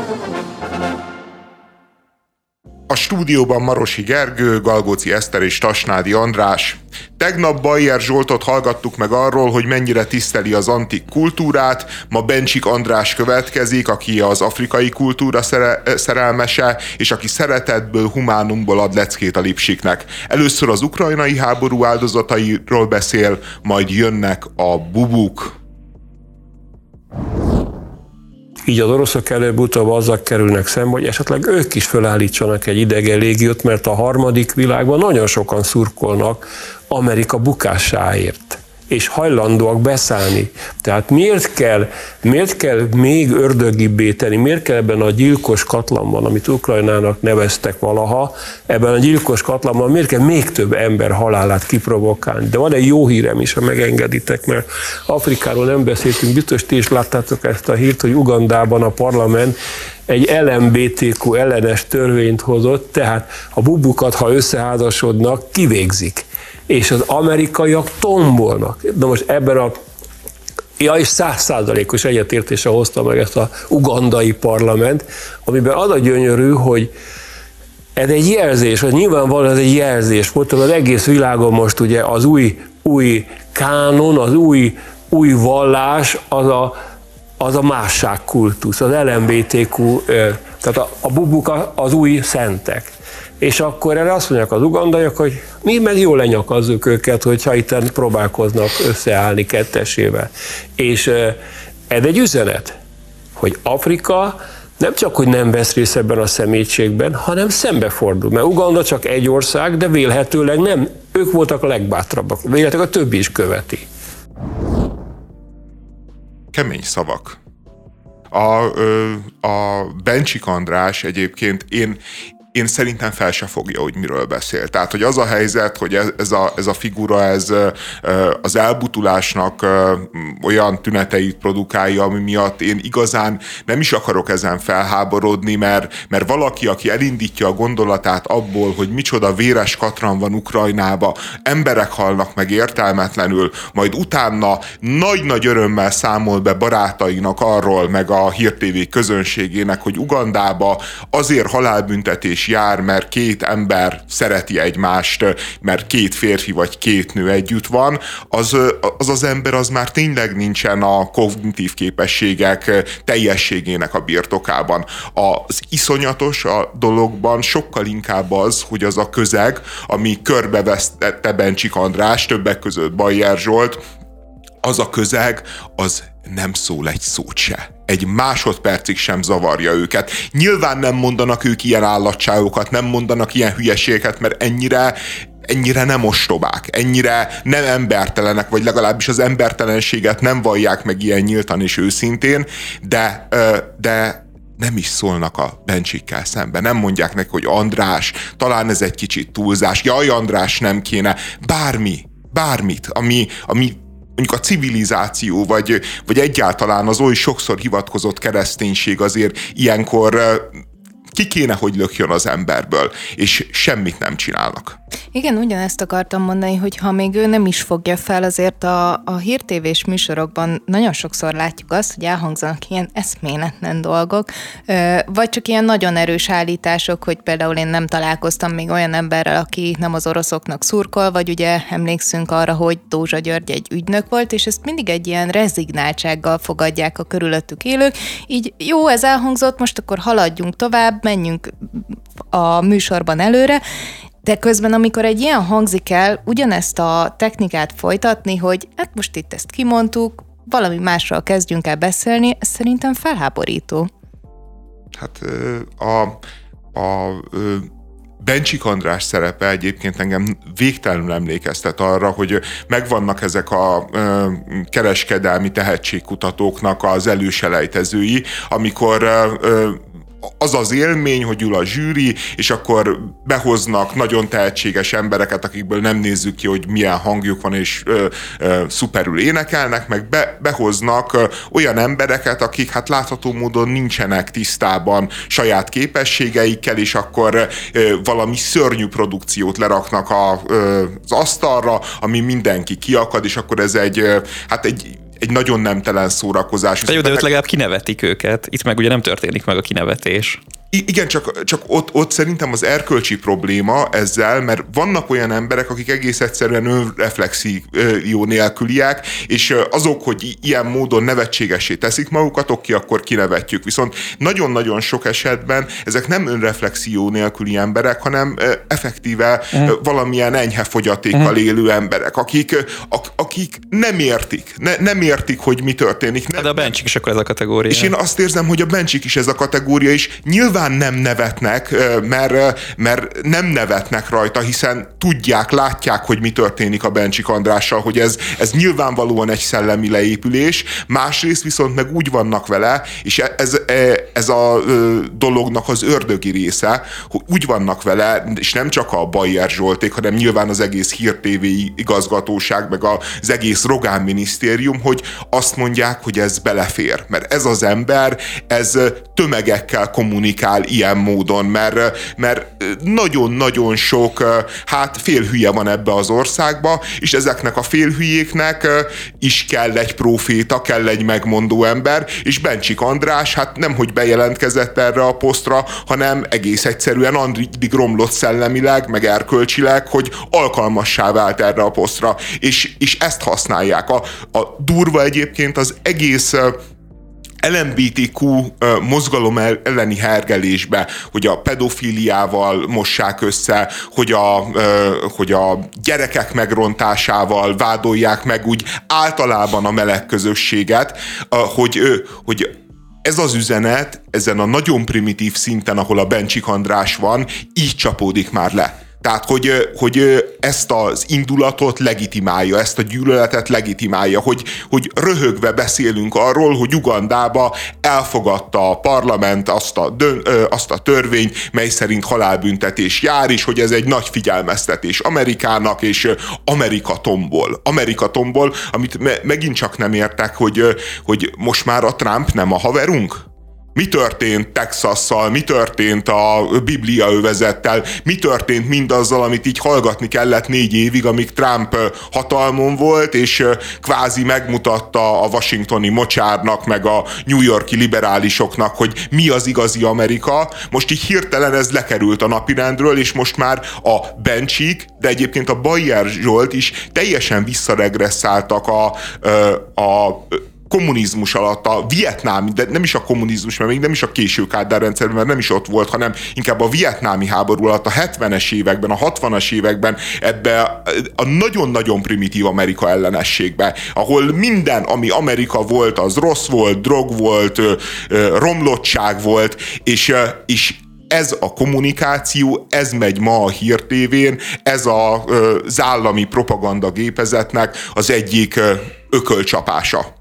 A stúdióban Marosi Gergő, Galgóci Eszter és Tasnádi András. Tegnap Bayer Zsoltot hallgattuk meg arról, hogy mennyire tiszteli az antik kultúrát, ma Bencsik András következik, aki az afrikai kultúra szerelmese, és aki szeretetből, humánumból ad leckét a Lipsiknek. Először az ukrajnai háború áldozatairól beszél, majd jönnek a bubuk. Így az oroszok előbb-utóbb azzal kerülnek szembe, hogy esetleg ők is felállítsanak egy idegen légiót, mert a harmadik világban nagyon sokan szurkolnak Amerika bukásáért, és hajlandóak beszállni. Tehát miért kell még ördögibbé tenni, miért kell ebben a gyilkos katlanban, amit Ukrajnának neveztek valaha, ebben a gyilkos katlanban miért kell még több ember halálát kiprovokálni? De van egy jó hírem is, ha megengeditek, mert Afrikáról nem beszéltünk, biztos ti is láttátok ezt a hírt, hogy Ugandában a parlament egy LMBTQ ellenes törvényt hozott, tehát a bubukat, ha összeházasodnak, kivégzik. És az amerikaiak tombolnak. Na most ebben és 100%-os egyetértése hozta meg ezt az ugandai parlament, amiben az a gyönyörű, hogy ez egy jelzés, hogy nyilvánvalóan ez egy jelzés. Mondtam, az egész világon most ugye az új kánon, az új vallás, az a másságkultusz, az LMBTQ, tehát a bubuk az új szentek. És akkor erre azt mondják az ugandaiak, hogy mi meg jól lenyakazzuk őket, hogyha itt próbálkoznak összeállni kettesével. És ez egy üzenet, hogy Afrika nem csak, hogy nem vesz részt ebben a szemétségben, hanem szembefordul. Mert Uganda csak egy ország, de vélhetőleg nem. Ők voltak a legbátrabbak. Vélhetőleg a többi is követi. Kemény szavak. A Bencsik András egyébként én szerintem fel se fogja, hogy miről beszél. Tehát, hogy az a helyzet, hogy ez a figura, ez az elbutulásnak olyan tüneteit produkálja, ami miatt én igazán nem is akarok ezen felháborodni, mert valaki, aki elindítja a gondolatát abból, hogy micsoda véres katran van Ukrajnába, emberek halnak meg értelmetlenül, majd utána nagy-nagy örömmel számol be barátainak arról, meg a Hír TV közönségének, hogy Ugandába azért halálbüntetés jár, mert két ember szereti egymást, mert két férfi vagy két nő együtt van, az ember az már tényleg nincsen a kognitív képességek teljességének a birtokában. Az iszonyatos a dologban sokkal inkább az, hogy az a közeg, ami körbevesztette Bencsik András, többek között Bayer Zsolt, az a közeg, az nem szól egy szót se. Egy másodpercig sem zavarja őket. Nyilván nem mondanak ők ilyen állatságokat, nem mondanak ilyen hülyeségeket, mert ennyire nem ostobák, ennyire nem embertelenek, vagy legalábbis az embertelenséget nem vallják meg ilyen nyíltan és őszintén, de nem is szólnak a Bencsikkel szemben. Nem mondják neki, hogy András, talán ez egy kicsit túlzás, jaj András, nem kéne, bármit, ami mondjuk a civilizáció, vagy egyáltalán az oly sokszor hivatkozott kereszténység azért ilyenkor ki kéne, hogy lökjön az emberből, és semmit nem csinálnak. Igen, ugyanezt akartam mondani, hogy ha még ő nem is fogja fel, azért a hírtévés műsorokban nagyon sokszor látjuk azt, hogy elhangzanak ilyen eszméletlen dolgok, vagy csak ilyen nagyon erős állítások, hogy például én nem találkoztam még olyan emberrel, aki nem az oroszoknak szurkol, vagy ugye emlékszünk arra, hogy Dózsa György egy ügynök volt, és ezt mindig egy ilyen rezignáltsággal fogadják a körülöttük élők. Így jó, ez elhangzott, most akkor haladjunk tovább, menjünk a műsorban előre, de közben, amikor egy ilyen hangzik el, ugyanezt a technikát folytatni, hogy hát most itt ezt kimondtuk, valami másról kezdjünk el beszélni, ez szerintem felháborító. Hát a Bencsik András szerepe egyébként engem végtelenül emlékeztet arra, hogy megvannak ezek a kereskedelmi tehetségkutatóknak az előselejtezői, amikor az az élmény, hogy ül a zsűri, és akkor behoznak nagyon tehetséges embereket, akikből nem nézzük ki, hogy milyen hangjuk van, és szuperül énekelnek, meg behoznak olyan embereket, akik hát látható módon nincsenek tisztában saját képességeikkel, és akkor valami szörnyű produkciót leraknak az asztalra, ami mindenki kiakad, és akkor ez egy egy nagyon nemtelen szórakozás. De ott legalább kinevetik őket. Itt meg ugye nem történik meg a kinevetés. Igen, csak ott szerintem az erkölcsi probléma ezzel, mert vannak olyan emberek, akik egész egyszerűen önreflexió nélküliek, és azok, hogy ilyen módon nevetségessé teszik magukat, oké, akkor kinevetjük. Viszont nagyon-nagyon sok esetben ezek nem önreflexió nélküli emberek, hanem effektíve valamilyen enyhe fogyatékkal élő emberek, akik nem értik. Nem értik, hogy mi történik. De a bencsik is akkor ez a kategória. És én azt érzem, hogy a bencsik is ez a kategória, és nyilván nem nevetnek, mert nem nevetnek rajta, hiszen tudják, látják, hogy mi történik a Bencsik Andrással, hogy ez nyilvánvalóan egy szellemi leépülés, másrészt viszont meg úgy vannak vele, és ez a dolognak az ördögi része, hogy úgy vannak vele, és nem csak a Bayer Zsolték, hanem nyilván az egész Hír TV igazgatóság, meg az egész Rogán minisztérium, hogy azt mondják, hogy ez belefér, mert ez az ember, ez tömegekkel kommunikál ilyen módon, mert nagyon-nagyon sok félhülye van ebbe az országba, és ezeknek a félhülyéknek is kell egy próféta, kell egy megmondó ember, és Bencsik András nemhogy bejelentkezett erre a posztra, hanem egész egyszerűen addig romlott szellemileg, meg erkölcsileg, hogy alkalmassá vált erre a posztra, és ezt használják. A durva egyébként az egész LMBTQ mozgalom elleni hergelésbe, hogy a pedofíliával mossák össze, hogy a gyerekek megrontásával vádolják meg úgy általában a meleg közösséget, hogy ez az üzenet ezen a nagyon primitív szinten, ahol a Bencsik András van, így csapódik már le. Tehát, hogy ezt az indulatot legitimálja, ezt a gyűlöletet legitimálja, hogy röhögve beszélünk arról, hogy Ugandába elfogadta a parlament azt a törvényt, mely szerint halálbüntetés jár, és hogy ez egy nagy figyelmeztetés Amerikának, és Amerika tombol, amit megint csak nem értek, hogy most már a Trump nem a haverunk? Mi történt Texasszal, mi történt a Biblia övezettel, mi történt mindazzal, amit így hallgatni kellett 4 évig, amíg Trump hatalmon volt, és kvázi megmutatta a washingtoni mocsárnak, meg a New Yorki liberálisoknak, hogy mi az igazi Amerika. Most így hirtelen ez lekerült a napirendről, és most már a Bencsik, de egyébként a Bayer Zsolt is teljesen visszaregresszáltak a kommunizmus alatt, a vietnámi, de nem is a kommunizmus, mert még nem is a késő Kádár rendszerben, mert nem is ott volt, hanem inkább a vietnámi háború alatt, a 70-es években, a 60-as években ebbe a nagyon-nagyon primitív Amerika ellenességbe, ahol minden, ami Amerika volt, az rossz volt, drog volt, romlottság volt, és ez a kommunikáció, ez megy ma a Hír TV-n, ez az állami propagandagépezetnek az egyik ökölcsapása.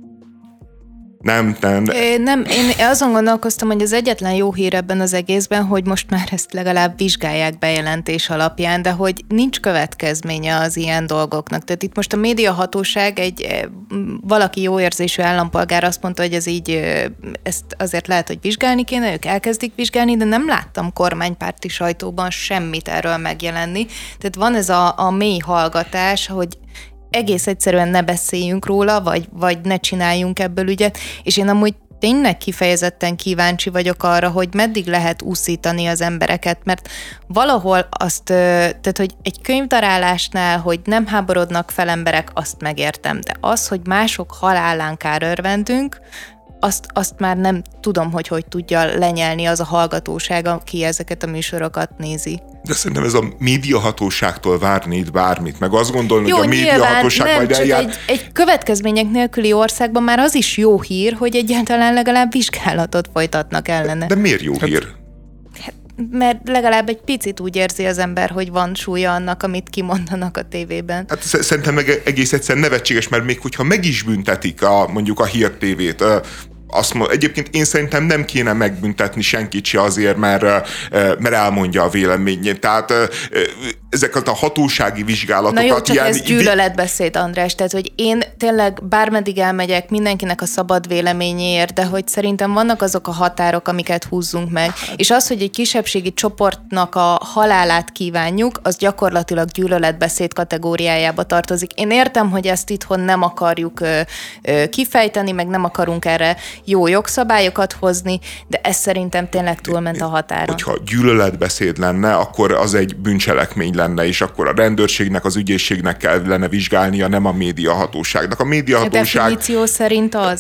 Nem. Én azon gondolkoztam, hogy az egyetlen jó hír ebben az egészben, hogy most már ezt legalább vizsgálják bejelentés alapján, de hogy nincs következménye az ilyen dolgoknak. Tehát itt most a médiahatóság, valaki jó érzésű állampolgár azt mondta, hogy ez így, ezt azért lehet, hogy vizsgálni kéne, ők elkezdik vizsgálni, de nem láttam kormánypárti sajtóban semmit erről megjelenni. Tehát van ez a mély hallgatás, hogy egész egyszerűen ne beszéljünk róla, vagy ne csináljunk ebből ügyet, és én amúgy tényleg kifejezetten kíváncsi vagyok arra, hogy meddig lehet úszítani az embereket, mert valahol azt, tehát hogy egy könyvdarálásnál, hogy nem háborodnak fel emberek, azt megértem, de az, hogy mások halálán kárörvendünk, azt már nem tudom, hogy tudja lenyelni az a hallgatóság, aki ezeket a műsorokat nézi. De szerintem ez a médiahatóságtól várni itt bármit, meg azt gondolni, jó, hogy a médiahatóság majd eljár. Egy következmények nélküli országban már az is jó hír, hogy egyáltalán legalább vizsgálatot folytatnak ellene. De miért jó hír? Mert legalább egy picit úgy érzi az ember, hogy van súlya annak, amit kimondanak a tévében. Hát szerintem meg egész egyszerűen nevetséges, mert még hogyha meg is büntetik mondjuk a Hír TV-t, egyébként én szerintem nem kéne megbüntetni senkit se azért, mert elmondja a véleményét. Tehát ezeket a hatósági vizsgálatokat... Na jó, csak ez gyűlöletbeszéd, András, tehát hogy én tényleg bármeddig elmegyek mindenkinek a szabad véleményéért, de hogy szerintem vannak azok a határok, amiket húzzunk meg. És az, hogy egy kisebbségi csoportnak a halálát kívánjuk, az gyakorlatilag gyűlöletbeszéd kategóriájába tartozik. Én értem, hogy ezt itthon nem akarjuk kifejteni, meg nem akarunk erre jó jogszabályokat hozni, de ez szerintem tényleg túlment a határon. Hogyha gyűlöletbeszéd lenne, akkor az egy bűncselekmény lenne, és akkor a rendőrségnek, az ügyészségnek kellene vizsgálnia, nem a médiahatóságnak. A médiahatóság... A definíció szerint az?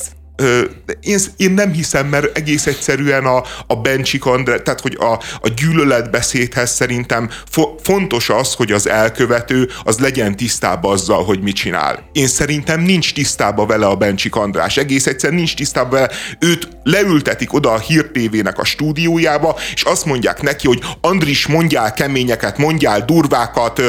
Én nem hiszem, mert egész egyszerűen a Bencsik András, tehát hogy a gyűlöletbeszédhez szerintem fontos az, hogy az elkövető az legyen tisztában azzal, hogy mit csinál. Én szerintem nincs tisztában vele a Bencsik András. Egész egyszerűen nincs tisztában vele. Őt leültetik oda a Hír TV-nek a stúdiójába, és azt mondják neki, hogy Andris, mondjál keményeket, mondjál durvákat,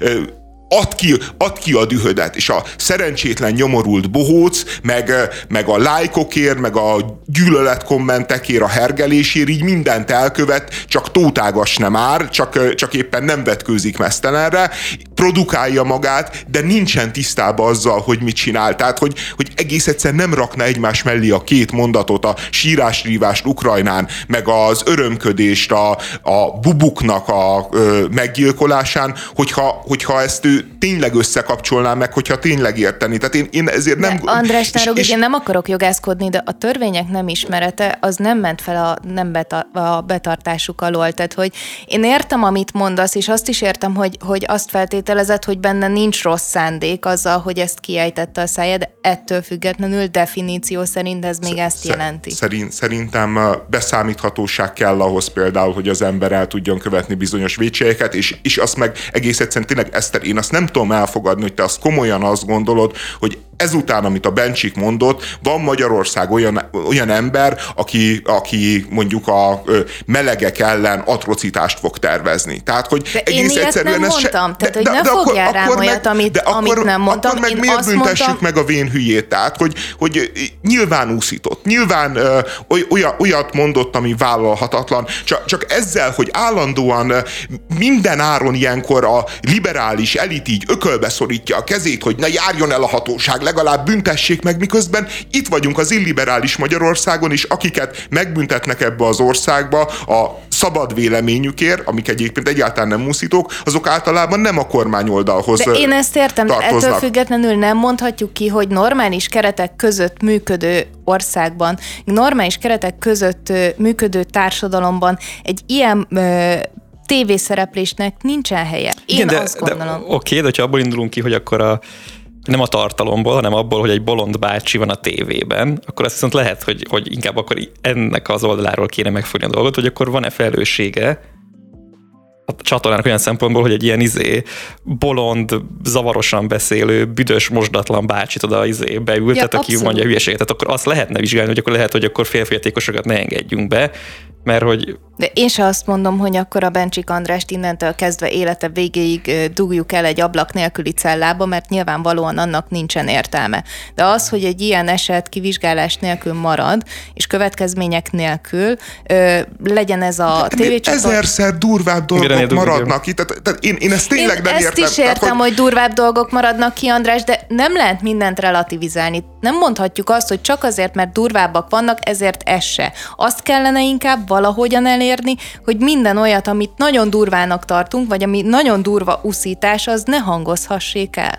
add ki a dühödet, és a szerencsétlen nyomorult bohóc, meg a lájkokért, meg a gyűlöletkommentekért, a hergelésért így mindent elkövet, csak tótágas nem ár, csak éppen nem vetkőzik meztelenre, produkálja magát, de nincsen tisztában azzal, hogy mit csinál. Tehát, hogy egész egyszerűen nem rakna egymás mellé a két mondatot, a sírás-rívást Ukrajnán, meg az örömködést a bubuknak a meggyilkolásán, hogyha ezt ő tényleg összekapcsolná meg, hogyha tényleg érteni. Tehát én ezért nem... András Nárog, én nem akarok jogászkodni, de a törvények nem ismerete, az nem ment fel a betartásuk alól. Tehát, hogy én értem, amit mondasz, és azt is értem, hogy azt feltételezed, hogy benne nincs rossz szándék azzal, hogy ezt kiejtette a szája, de ettől függetlenül definíció szerint ez még ezt jelenti. Szerintem beszámíthatóság kell ahhoz például, hogy az ember el tudjon követni bizonyos vétségeket, és azt meg egész egyszerűen tényleg, Eszter, én azt nem tudom elfogadni, hogy te azt komolyan azt gondolod, hogy ezután, amit a Bencsik mondott, van Magyarország olyan ember, aki mondjuk a melegek ellen atrocitást fog tervezni. Tehát, hogy de egész én egyszerűen nem mondtam, tehát, hogy ne fogjál rám olyat, amit nem mondtam. Akkor meg miért büntessük meg a vén hülyét? Tehát, hogy nyilván úszított, nyilván olyat mondott, ami vállalhatatlan, csak ezzel, hogy állandóan minden áron ilyenkor a liberális elit így ökölbe szorítja a kezét, hogy ne járjon el a hatóság, legalább büntessék meg, miközben itt vagyunk az illiberális Magyarországon, és akiket megbüntetnek ebbe az országba a szabad véleményükért, amik egyébként egyáltalán nem úszítók, azok általában nem a kormányoldalhoz tartoznak. De én ezt értem, ettől függetlenül nem mondhatjuk ki, hogy normális keretek között működő országban, normális keretek között működő társadalomban egy ilyen tévészereplésnek nincsen helye. Én azt gondolom. Oké, de hogyha abból indulunk ki, hogy akkor nem a tartalomból, hanem abból, hogy egy bolond bácsi van a tévében, akkor azt viszont lehet, hogy inkább akkor ennek az oldaláról kéne megfogni a dolgot, hogy akkor van-e felelőssége a csatornának olyan szempontból, hogy egy ilyen bolond, zavarosan beszélő, büdös, mosdatlan bácsit oda beültet, aki abszolút mondja hülyeséget. Tehát akkor azt lehetne vizsgálni, hogy akkor lehet, hogy akkor félféltékosokat ne engedjünk be, mert hogy... De én se azt mondom, hogy akkor a Bencsik Andrást innentől kezdve élete végéig dugjuk el egy ablak nélküli cellába, mert nyilvánvalóan annak nincsen értelme. De az, hogy egy ilyen eset kivizsgálás nélkül marad, és következmények nélkül legyen ez a tévécsatorna... Ezerszer durvább dolgok maradnak ki. Tehát én ezt tényleg nem értem. Ezt is értem, hogy durvább dolgok maradnak ki, András, de nem lehet mindent relativizálni. Nem mondhatjuk azt, hogy csak azért, mert durvábbak vannak, ezért ez se. Azt kellene inkább valahogyan elérni, hogy minden olyat, amit nagyon durvának tartunk, vagy ami nagyon durva uszítás, az ne hangozhassék el.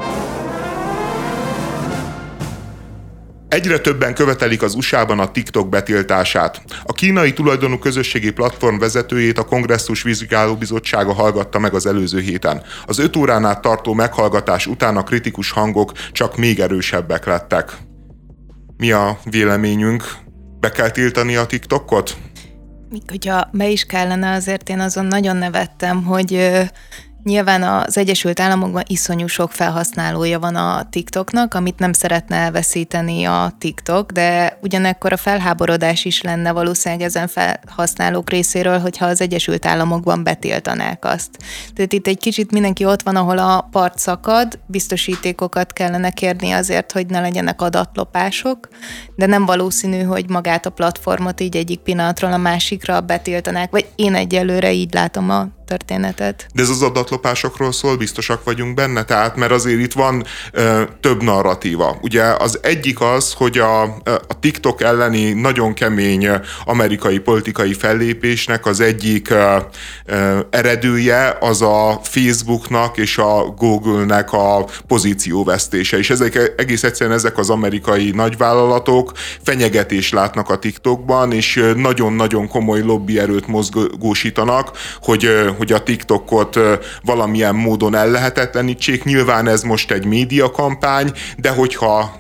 Egyre többen követelik az USA-ban a TikTok betiltását. A kínai tulajdonú közösségi platform vezetőjét a Kongresszus Vizsgálóbizottsága hallgatta meg az előző héten. Az 5 órán át tartó meghallgatás után a kritikus hangok csak még erősebbek lettek. Mi a véleményünk? Be kell tiltani a TikTokot? Hogyha be is kellene, azért én azon nagyon nevettem, hogy Nyilván az Egyesült Államokban iszonyú sok felhasználója van a TikToknak, amit nem szeretne elveszíteni a TikTok, de ugyanekkor a felháborodás is lenne valószínűleg ezen felhasználók részéről, hogyha az Egyesült Államokban betiltanák azt. Tehát itt egy kicsit mindenki ott van, ahol a part szakad, biztosítékokat kellene kérni azért, hogy ne legyenek adatlopások, de nem valószínű, hogy magát a platformot így egyik pillanatról a másikra betiltanák, vagy én egyelőre így látom a történetet. De ez az adatlopásokról szól, biztosak vagyunk benne? Tehát, mert azért itt van több narratíva. Ugye az egyik az, hogy a TikTok elleni nagyon kemény amerikai politikai fellépésnek az egyik eredője az a Facebooknak és a Google-nek a pozícióvesztése. És egész egyszerűen ezek az amerikai nagyvállalatok fenyegetést látnak a TikTokban, és nagyon-nagyon komoly lobbyerőt mozgósítanak, hogy a TikTokot valamilyen módon ellehetetlenítsék. Nyilván ez most egy médiakampány, de hogyha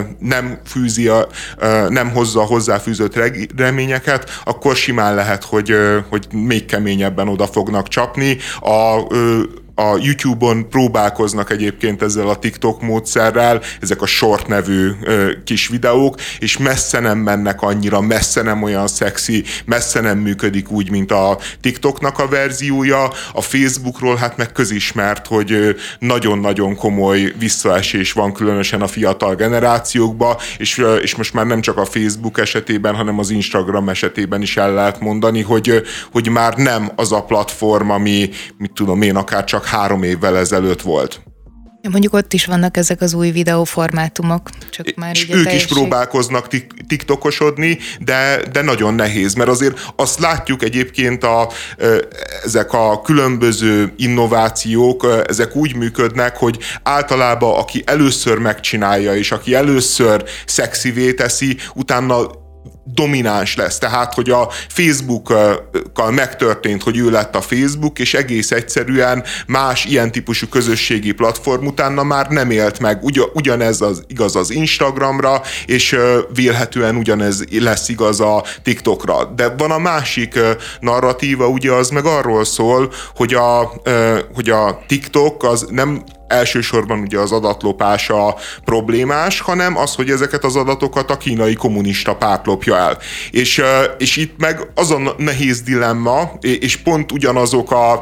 nem hozza hozzáfűzött reményeket, akkor simán lehet, hogy még keményebben oda fognak csapni. A YouTube-on próbálkoznak egyébként ezzel a TikTok módszerrel, ezek a short nevű kis videók, és messze nem mennek annyira, messze nem olyan szexi, messze nem működik úgy, mint a TikToknak a verziója. A Facebookról hát meg közismert, hogy nagyon-nagyon komoly visszaesés van, különösen a fiatal generációkba, és most már nem csak a Facebook esetében, hanem az Instagram esetében is el lehet mondani, hogy már nem az a platform, ami, mit tudom én, akár csak 3 évvel ezelőtt volt. Mondjuk ott is vannak ezek az új videóformátumok. Csak már és ők is próbálkoznak tiktokosodni, de nagyon nehéz, mert azért azt látjuk egyébként ezek a különböző innovációk, ezek úgy működnek, hogy általában aki először megcsinálja, és aki először szexivé teszi, utána domináns lesz. Tehát, hogy a Facebookkal megtörtént, hogy ő lett a Facebook, és egész egyszerűen más ilyen típusú közösségi platform utána már nem élt meg. Ugyanez igaz az Instagramra, és vélhetően ugyanez lesz igaz a TikTokra. De van a másik narratíva, ugye az meg arról szól, hogy a TikTok az nem elsősorban ugye az adatlopása problémás, hanem az, hogy ezeket az adatokat a kínai kommunista párt lopja el. És itt meg az a nehéz dilemma, és pont ugyanazok a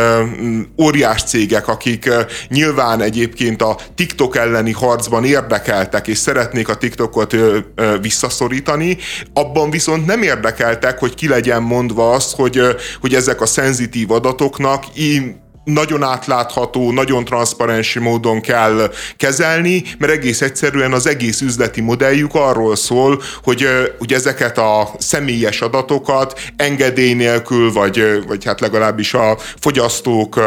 óriás cégek, akik nyilván egyébként a TikTok elleni harcban érdekeltek, és szeretnék a TikTokot visszaszorítani, abban viszont nem érdekeltek, hogy ki legyen mondva az, hogy ezek a szenzitív adatoknak nagyon átlátható, nagyon transzparens módon kell kezelni, mert egész egyszerűen az egész üzleti modelljük arról szól, hogy ezeket a személyes adatokat engedély nélkül, vagy hát legalábbis a fogyasztók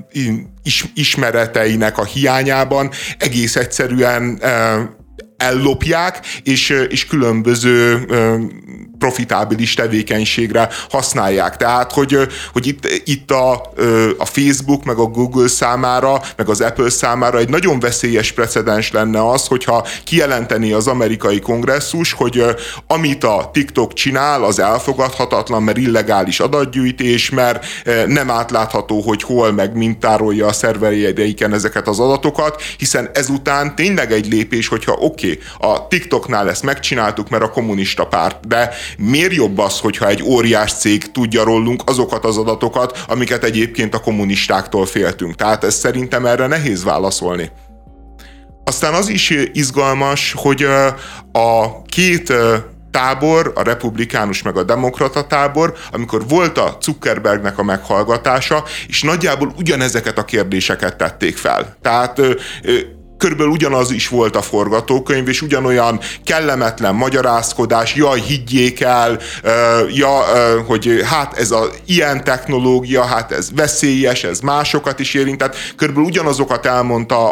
ismereteinek a hiányában egész egyszerűen ellopják, és különböző profitábilis tevékenységre használják. Tehát, hogy itt a Facebook, meg a Google számára, meg az Apple számára egy nagyon veszélyes precedens lenne az, hogyha kijelenteni az amerikai kongresszus, hogy amit a TikTok csinál, az elfogadhatatlan, mert illegális adatgyűjtés, mert nem átlátható, hogy hol, meg mint tárolja a szerverjeiken ezeket az adatokat, hiszen ezután tényleg egy lépés, hogyha a TikToknál ezt megcsináltuk, mert a kommunista párt, de miért jobb az, hogyha egy óriás cég tudja rólunk azokat az adatokat, amiket egyébként a kommunistáktól féltünk? Tehát ez szerintem erre nehéz válaszolni. Aztán az is izgalmas, hogy a két tábor, a republikánus meg a demokrata tábor, amikor volt a Zuckerbergnek a meghallgatása, és nagyjából ugyanezeket a kérdéseket tették fel. Tehát körülbelül ugyanaz is volt a forgatókönyv, és ugyanolyan kellemetlen magyarázkodás, jaj, higgyék el, hogy hát ez ilyen technológia, hát ez veszélyes, ez másokat is érint, tehát körülbelül ugyanazokat elmondta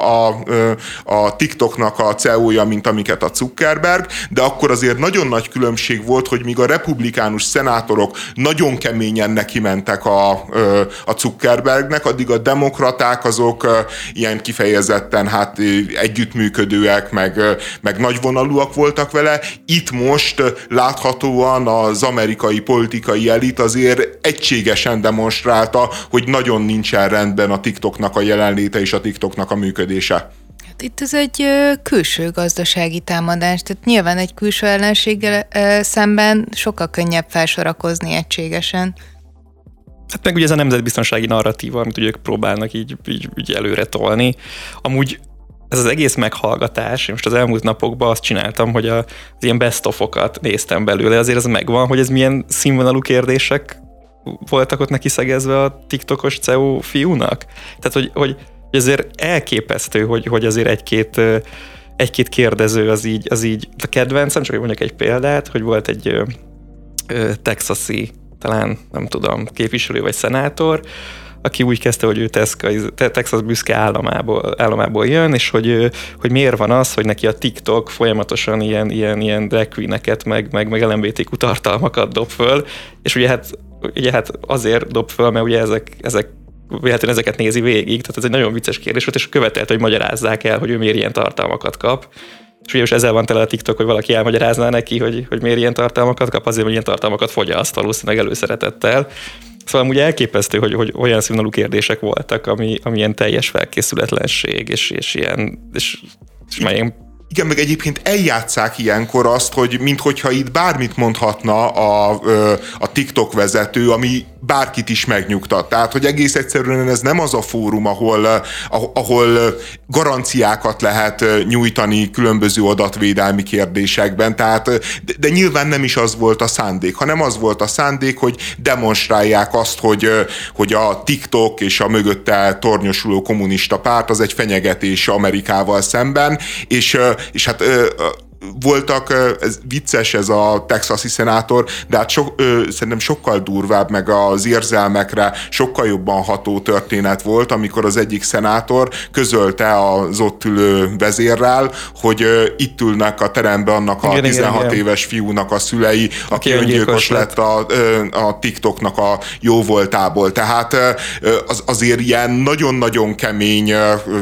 a TikToknak a CEO-ja, mint amiket a Zuckerberg, de akkor azért nagyon nagy különbség volt, hogy míg a republikánus szenátorok nagyon keményen nekimentek a Zuckerbergnek, addig a demokraták azok ilyen kifejezetten együttműködőek, meg nagyvonalúak voltak vele. Itt most láthatóan az amerikai politikai elit azért egységesen demonstrálta, hogy nagyon nincsen rendben a TikToknak a jelenléte és a TikToknak a működése. Itt ez egy külső gazdasági támadás, tehát nyilván egy külső ellenséggel szemben sokkal könnyebb felsorakozni egységesen. Hát meg ugye ez a nemzetbiztonsági narratíva, amit ugye ők próbálnak így előre tolni. Amúgy ez az egész meghallgatás, én most az elmúlt napokban azt csináltam, hogy az ilyen best-of-okat néztem belőle, azért ez megvan, hogy ez milyen színvonalú kérdések voltak ott neki szegezve a TikTokos CEO fiúnak. Tehát, hogy azért elképesztő, hogy azért egy-két kérdező az így a kedvencem, csak mondjak egy példát, hogy volt egy texasi, talán nem tudom, képviselő vagy szenátor, aki úgy kezdte, hogy ő Texas büszke államából jön, és hogy miért van az, hogy neki a TikTok folyamatosan ilyen drag queen-eket, meg LMBTQ tartalmakat dob föl, és ugye hát azért dob föl, mert ugye ezeket nézi végig, tehát ez egy nagyon vicces kérdés volt, és követelte, hogy magyarázzák el, hogy ő miért ilyen tartalmakat kap. És ugye most ezzel van tele a TikTok, hogy valaki elmagyarázná neki, hogy miért ilyen tartalmakat kap, azért, hogy ilyen tartalmakat fogyaszt valószínűleg előszeretettel. Szóval ugye elképesztő, hogy olyan színvonalú kérdések voltak, ami ilyen teljes felkészületlenség, és melyen. Igen, meg egyébként eljátsszák ilyenkor azt, hogy minthogyha itt bármit mondhatna a TikTok vezető, bárkit is megnyugtat. Tehát, hogy egész egyszerűen ez nem az a fórum, ahol garanciákat lehet nyújtani különböző adatvédelmi kérdésekben. Tehát, de nyilván nem is az volt a szándék, hanem az volt a szándék, hogy demonstrálják azt, hogy a TikTok és a mögötte tornyosuló kommunista párt az egy fenyegetés Amerikával szemben, és hát voltak, ez vicces ez a texasi szenátor, de hát szerintem sokkal durvább, meg az érzelmekre sokkal jobban ható történet volt, amikor az egyik szenátor közölte az ott ülő vezérrel, hogy itt ülnek a teremben annak a 16 éves fiúnak a szülei, aki öngyilkos lett a TikToknak a jóvoltából. Tehát azért ilyen nagyon-nagyon kemény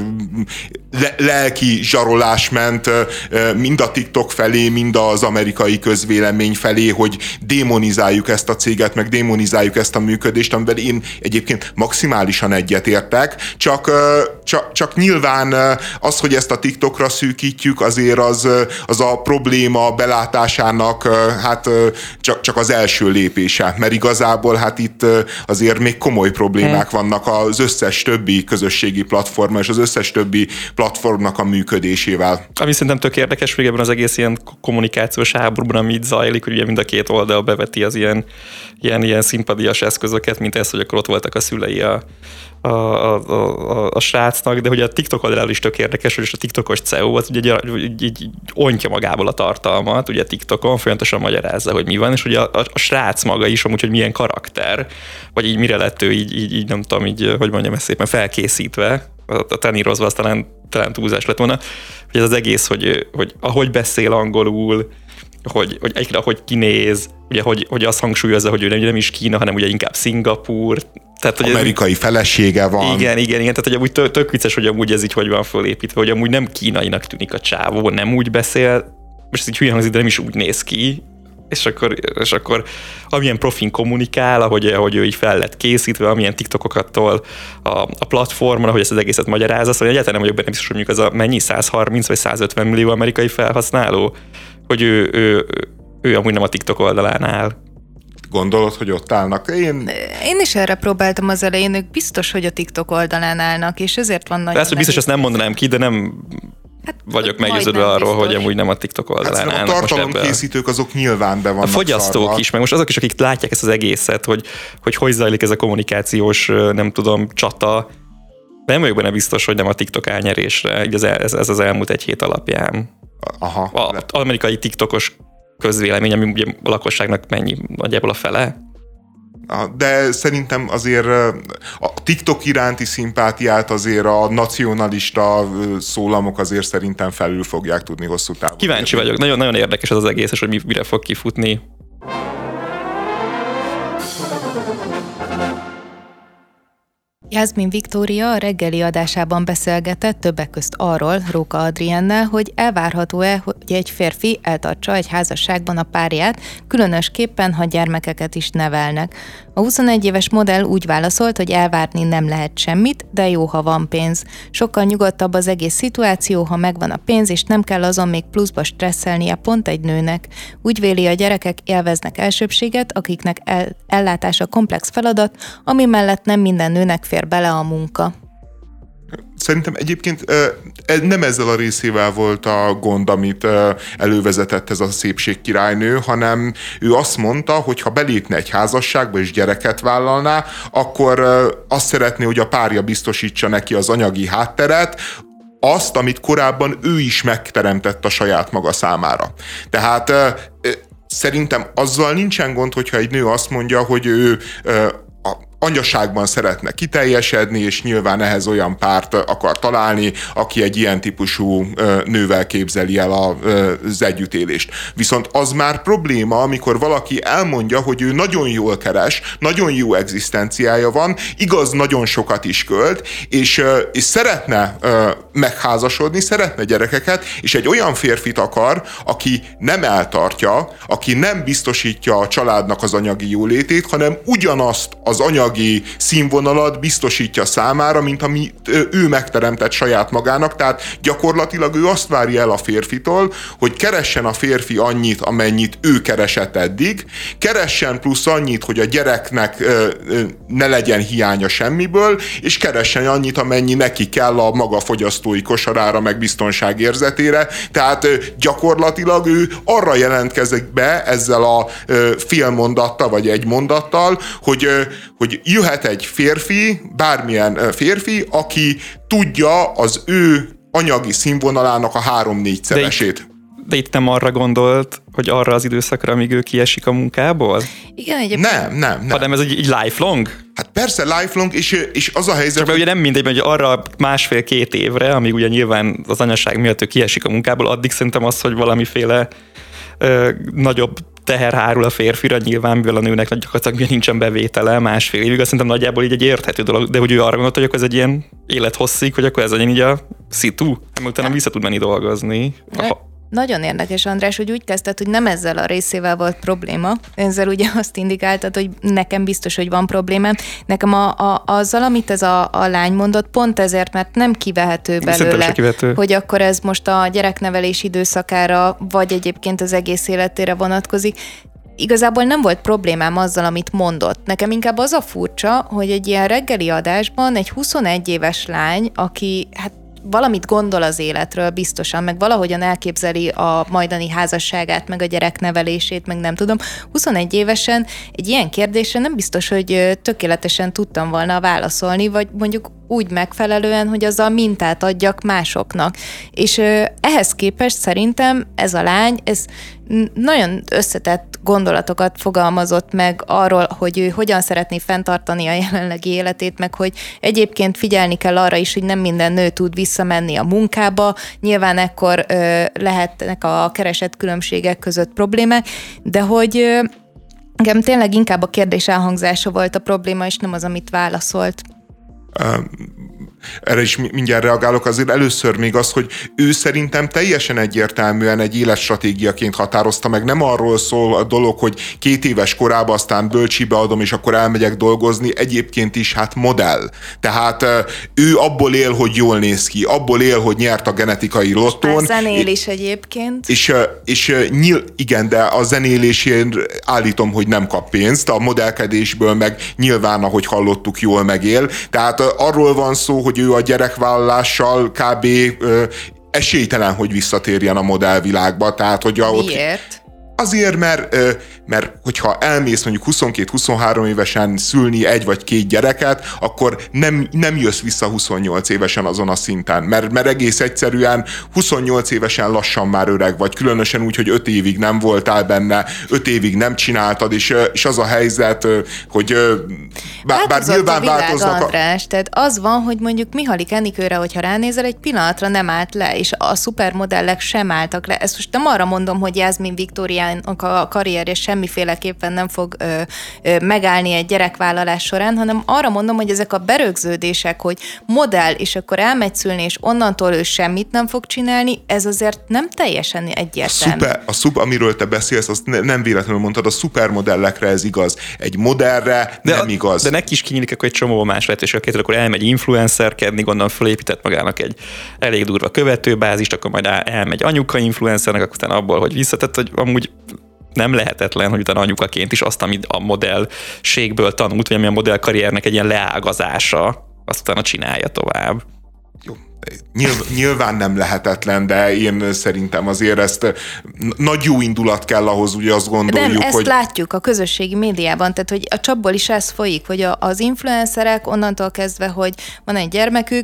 lelki zsarolás ment mind a TikTok felé, mind az amerikai közvélemény felé, hogy démonizáljuk ezt a céget, meg démonizáljuk ezt a működést, amivel én egyébként maximálisan egyetértek, csak nyilván az, hogy ezt a TikTokra szűkítjük, azért az a probléma belátásának hát csak az első lépése, mert igazából hát itt azért még komoly problémák vannak az összes többi közösségi platforma és az összes többi platformnak a működésével. Ami szerintem tök érdekes, hogy ebben az egész ilyen kommunikációs háborúban, ami itt zajlik, hogy ugye mind a két oldal beveti az ilyen szimpadias eszközöket, mint ez, hogy akkor ott voltak a szülei a srácnak, de hogy a TikTok oldalról is tök érdekes, hogy a TikTokos CEO az ugye így ontja magából a tartalmat, ugye TikTokon folyamatosan magyarázza, hogy mi van, és ugye a srác maga is amúgy, hogy milyen karakter, vagy így mire lett ő így nem tudom, így, hogy mondjam ezt szépen, felkészítve, tanírozva, az talán túlzás lett volna, hogy ez az egész, hogy ahogy beszél angolul, hogy ahogy kinéz, ugye, hogy azt hangsúlyozza, hogy ő nem is Kína, hanem ugye inkább Szingapúr. Tehát, hogy amerikai felesége van. Igen, tehát hogy amúgy tök vicces, hogy amúgy ez így hogy van fölépítve, hogy amúgy nem kínainak tűnik a csávó, nem úgy beszél, most ez így hülye hangzik, de nem is úgy néz ki, és akkor amilyen profin kommunikál, ahogy ő így fel lett készítve, amilyen TikTokokat tol a platformon, ahogy ezt az egészet magyarázza, szóval egyáltalán nem vagyok benne biztos, hogy mondjuk az a mennyi 130 vagy 150 millió amerikai felhasználó, hogy ő amúgy nem a TikTok oldalán áll. Gondolod, hogy ott állnak? Én is erre próbáltam az elején, ők biztos, hogy a TikTok oldalán állnak, és ezért van nagyon... Persze, hogy biztos ezt nem mondanám ki, de nem vagyok meggyőződve arról, hogy amúgy nem a TikTok oldalán állnak. A tartalomkészítők azok nyilván be vannak. A fogyasztók szarva is, meg most azok is, akik látják ezt az egészet, hogy zajlik ez a kommunikációs, nem tudom, csata, nem vagyok benne biztos, hogy nem a TikTok áll nyerésre, így ez az elmúlt egy hét alapján. Aha. Az amerikai TikTokos közvélemény, ami ugye a lakosságnak mennyi, nagyjából a fele? De szerintem azért a TikTok iránti szimpátiát azért a nacionalista szólamok azért szerintem felül fogják tudni hosszú távon. Kíváncsi vagyok, nagyon-nagyon érdekes ez az egész, és hogy mire fog kifutni. Jászmin Viktória a reggeli adásában beszélgetett többek közt arról Róka Adriennel, hogy elvárható-e, hogy egy férfi eltartsa egy házasságban a párját, különösképpen, ha gyermekeket is nevelnek. A 21 éves modell úgy válaszolt, hogy elvárni nem lehet semmit, de jó, ha van pénz. Sokkal nyugodtabb az egész szituáció, ha megvan a pénz, és nem kell azon még pluszba stresszelnie pont egy nőnek. Úgy véli, a gyerekek élveznek elsőbséget, akiknek ellátása komplex feladat, ami mellett nem minden nőnek fér bele a munka. Szerintem egyébként nem ezzel a részével volt a gond, amit elővezetett ez a szépségkirálynő, hanem ő azt mondta, hogy ha belépne egy házasságba és gyereket vállalná, akkor azt szeretné, hogy a párja biztosítsa neki az anyagi hátteret, azt, amit korábban ő is megteremtett a saját maga számára. Tehát szerintem azzal nincsen gond, hogyha egy nő azt mondja, hogy ő anyaságban szeretne kiteljesedni, és nyilván ehhez olyan párt akar találni, aki egy ilyen típusú nővel képzeli el az együttélést. Viszont az már probléma, amikor valaki elmondja, hogy ő nagyon jól keres, nagyon jó egzisztenciája van, igaz, nagyon sokat is költ, és szeretne megházasodni, szeretne gyerekeket, és egy olyan férfit akar, aki nem eltartja, aki nem biztosítja a családnak az anyagi jólétét, hanem ugyanazt az anyagi színvonalat biztosítja számára, mint amit ő megteremtett saját magának, tehát gyakorlatilag ő azt várja el a férfitől, hogy keressen a férfi annyit, amennyit ő keresett eddig, keressen plusz annyit, hogy a gyereknek ne legyen hiánya semmiből, és keressen annyit, amennyi neki kell a maga fogyasztói kosarára, meg biztonságérzetére, tehát gyakorlatilag ő arra jelentkezik be ezzel a fél mondattal, vagy egy mondattal, hogy jöhet egy férfi, bármilyen férfi, aki tudja az ő anyagi színvonalának a 3-4-szeresét. De itt nem arra gondolt, hogy arra az időszakra, amíg ő kiesik a munkából? Igen, egyébként. Nem. Hanem ez egy lifelong? Hát persze lifelong, és az a helyzet... Csak ugye nem mindegy, hogy arra 1,5-2 évre, amíg ugye nyilván az anyaság miatt ő kiesik a munkából, addig szerintem az, hogy valamiféle nagyobb teher hárul a férfira, nyilván, mivel a nőnek gyakorlatilag nincsen bevétele 1,5 évig, azt szerintem nagyjából így egy érthető dolog, de hogy ő arra gondolt, hogy akkor ez egy ilyen élethosszig, hogy akkor ez legyen így a szitu, nem utána vissza tud menni dolgozni. Nagyon érdekes, András, hogy úgy kezdted, hogy nem ezzel a részével volt probléma. Ezzel ugye azt indikáltad, hogy nekem biztos, hogy van problémám. Nekem azzal, amit ez a lány mondott, pont ezért, mert nem kivehető belőle, hogy akkor ez most a gyereknevelés időszakára, vagy egyébként az egész életére vonatkozik. Igazából nem volt problémám azzal, amit mondott. Nekem inkább az a furcsa, hogy egy ilyen reggeli adásban egy 21 éves lány, aki valamit gondol az életről biztosan, meg valahogyan elképzeli a majdani házasságát, meg a gyereknevelését, meg nem tudom. 21 évesen egy ilyen kérdésre nem biztos, hogy tökéletesen tudtam volna válaszolni, vagy mondjuk úgy megfelelően, hogy azzal mintát adjak másoknak. És ehhez képest szerintem ez a lány, ez nagyon összetett gondolatokat fogalmazott meg arról, hogy ő hogyan szeretné fenntartani a jelenlegi életét, meg hogy egyébként figyelni kell arra is, hogy nem minden nő tud visszamenni a munkába. Nyilván ekkor lehetnek a keresett különbségek között problémák, de hogy nekem tényleg inkább a kérdés elhangzása volt a probléma, és nem az, amit válaszolt. Erre is mindjárt reagálok, azért először még az, hogy ő szerintem teljesen egyértelműen egy életstratégiaként határozta meg, nem arról szól a dolog, hogy 2 éves korában aztán bölcsibe adom, és akkor elmegyek dolgozni, egyébként is modell. Tehát ő abból él, hogy jól néz ki, abból él, hogy nyert a genetikai lottón. Zenél is egyébként. Igen, de a zenélésén állítom, hogy nem kap pénzt, a modellkedésből meg nyilván, ahogy hallottuk, jól megél. Tehát arról van szó, hogy ő a gyerekvállalással kb. Esélytelen, hogy visszatérjen a modellvilágba. Tehát, hogy miért? Azért, mert hogyha elmész mondjuk 22-23 évesen szülni 1 vagy 2 gyereket, akkor nem jössz vissza 28 évesen azon a szinten. Mert egész egyszerűen 28 évesen lassan már öreg vagy, különösen úgy, hogy 5 évig nem voltál benne, 5 évig nem csináltad, és az a helyzet, hogy bár nyilván változnak András, tehát az van, hogy mondjuk Mihály Enikőre, hogyha ránézel, egy pillanatra nem állt le, és a szupermodellek sem álltak le. Ezt most nem arra mondom, hogy Jászmin Viktóriának médiának a karrierje semmiféleképpen nem fog megállni egy gyerekvállalás során, hanem arra mondom, hogy ezek a berögződések, hogy modell, és akkor elmegy szülni, és onnantól ő semmit nem fog csinálni, ez azért nem teljesen egyértelmű. Amiről te beszélsz, azt nem véletlenül mondtad, a szupermodellekre ez igaz. Egy modellre nem igaz. De neki is kinyílik akkor egy csomó más lehetőség, akkor elmegy influencerkedni, gondolom fölépített magának egy elég durva követőbázist, akkor majd elmegy anyuka influencernek, akkor utána abból, hogy visszatett, hogy amúgy nem lehetetlen, hogy utána anyukaként is azt, amit a modellségből tanult, vagy ami a modellkarriernek egy ilyen leágazása, azt utána csinálja tovább. Jó. Nyilván nem lehetetlen, de én szerintem azért ezt nagy jó indulat kell ahhoz, ugye azt gondoljuk, nem, ezt látjuk a közösségi médiában, tehát hogy a csapból is ez folyik, hogy az influencerek onnantól kezdve, hogy van egy gyermekük,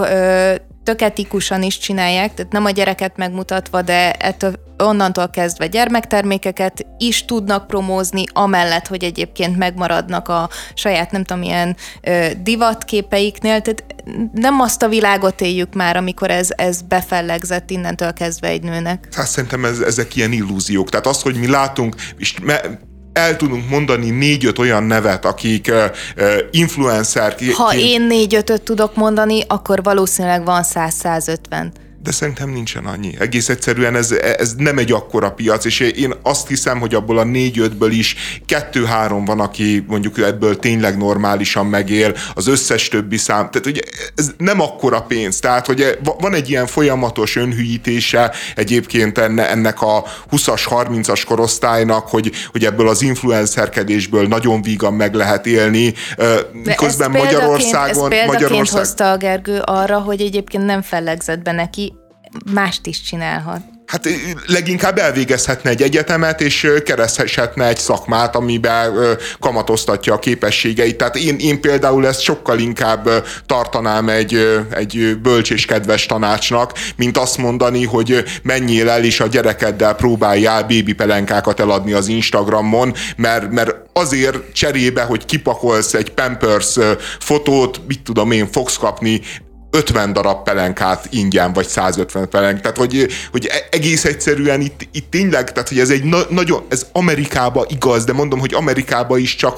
tök etikusan is csinálják, tehát nem a gyereket megmutatva, de onnantól kezdve gyermektermékeket is tudnak promózni, amellett, hogy egyébként megmaradnak a saját, nem tudom, ilyen divatképeiknél, tehát nem azt a világot éljük már, amikor ez befellegzett innentől kezdve egy nőnek. Hát szerintem ezek ilyen illúziók. Tehát az, hogy mi látunk, és el tudunk mondani 4-5 olyan nevet, akik influencer... Ha én 4-5-öt tudok mondani, akkor valószínűleg van 100-150. De szerintem nincsen annyi. Egész egyszerűen ez nem egy akkora piac, és én azt hiszem, hogy abból a 4-5-ből is 2-3 van, aki mondjuk ebből tényleg normálisan megél, az összes többi szám. Tehát ugye ez nem akkora pénz. Tehát, hogy van egy ilyen folyamatos önhűítése egyébként ennek a 20-as, 30-as korosztálynak, hogy ebből az influencerkedésből nagyon vígan meg lehet élni. Miközben Magyarországon... Ez példaként hozta a Gergő arra, hogy egyébként nem fellegzett be neki, mást is csinálhat. Hát leginkább elvégezhetne egy egyetemet, és kereshetne egy szakmát, amiben kamatoztatja a képességeit. Tehát én például ezt sokkal inkább tartanám egy bölcs és kedves tanácsnak, mint azt mondani, hogy menjél el, és a gyerekeddel próbáljál bébipelenkákat eladni az Instagramon, mert azért cserébe, hogy kipakolsz egy Pampers fotót, mit tudom én, fogsz kapni 50 darab pelenkát ingyen, vagy 150 pelenk. Tehát, hogy egész egyszerűen itt tényleg, tehát, hogy ez egy nagyon, ez Amerikában igaz, de mondom, hogy Amerikában is csak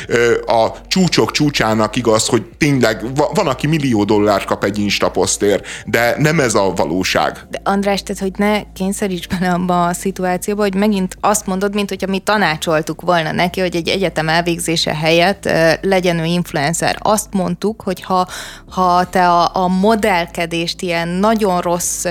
a csúcsok csúcsának igaz, hogy tényleg van, aki $1 millió kap egy Instaposztért, de nem ez a valóság. De András, tehát, hogy ne kényszeríts bele abba a szituációba, hogy megint azt mondod, mint hogyha mi tanácsoltuk volna neki, hogy egy egyetem elvégzése helyett legyen ő influencer. Azt mondtuk, hogy ha te a modellkedést ilyen nagyon rossz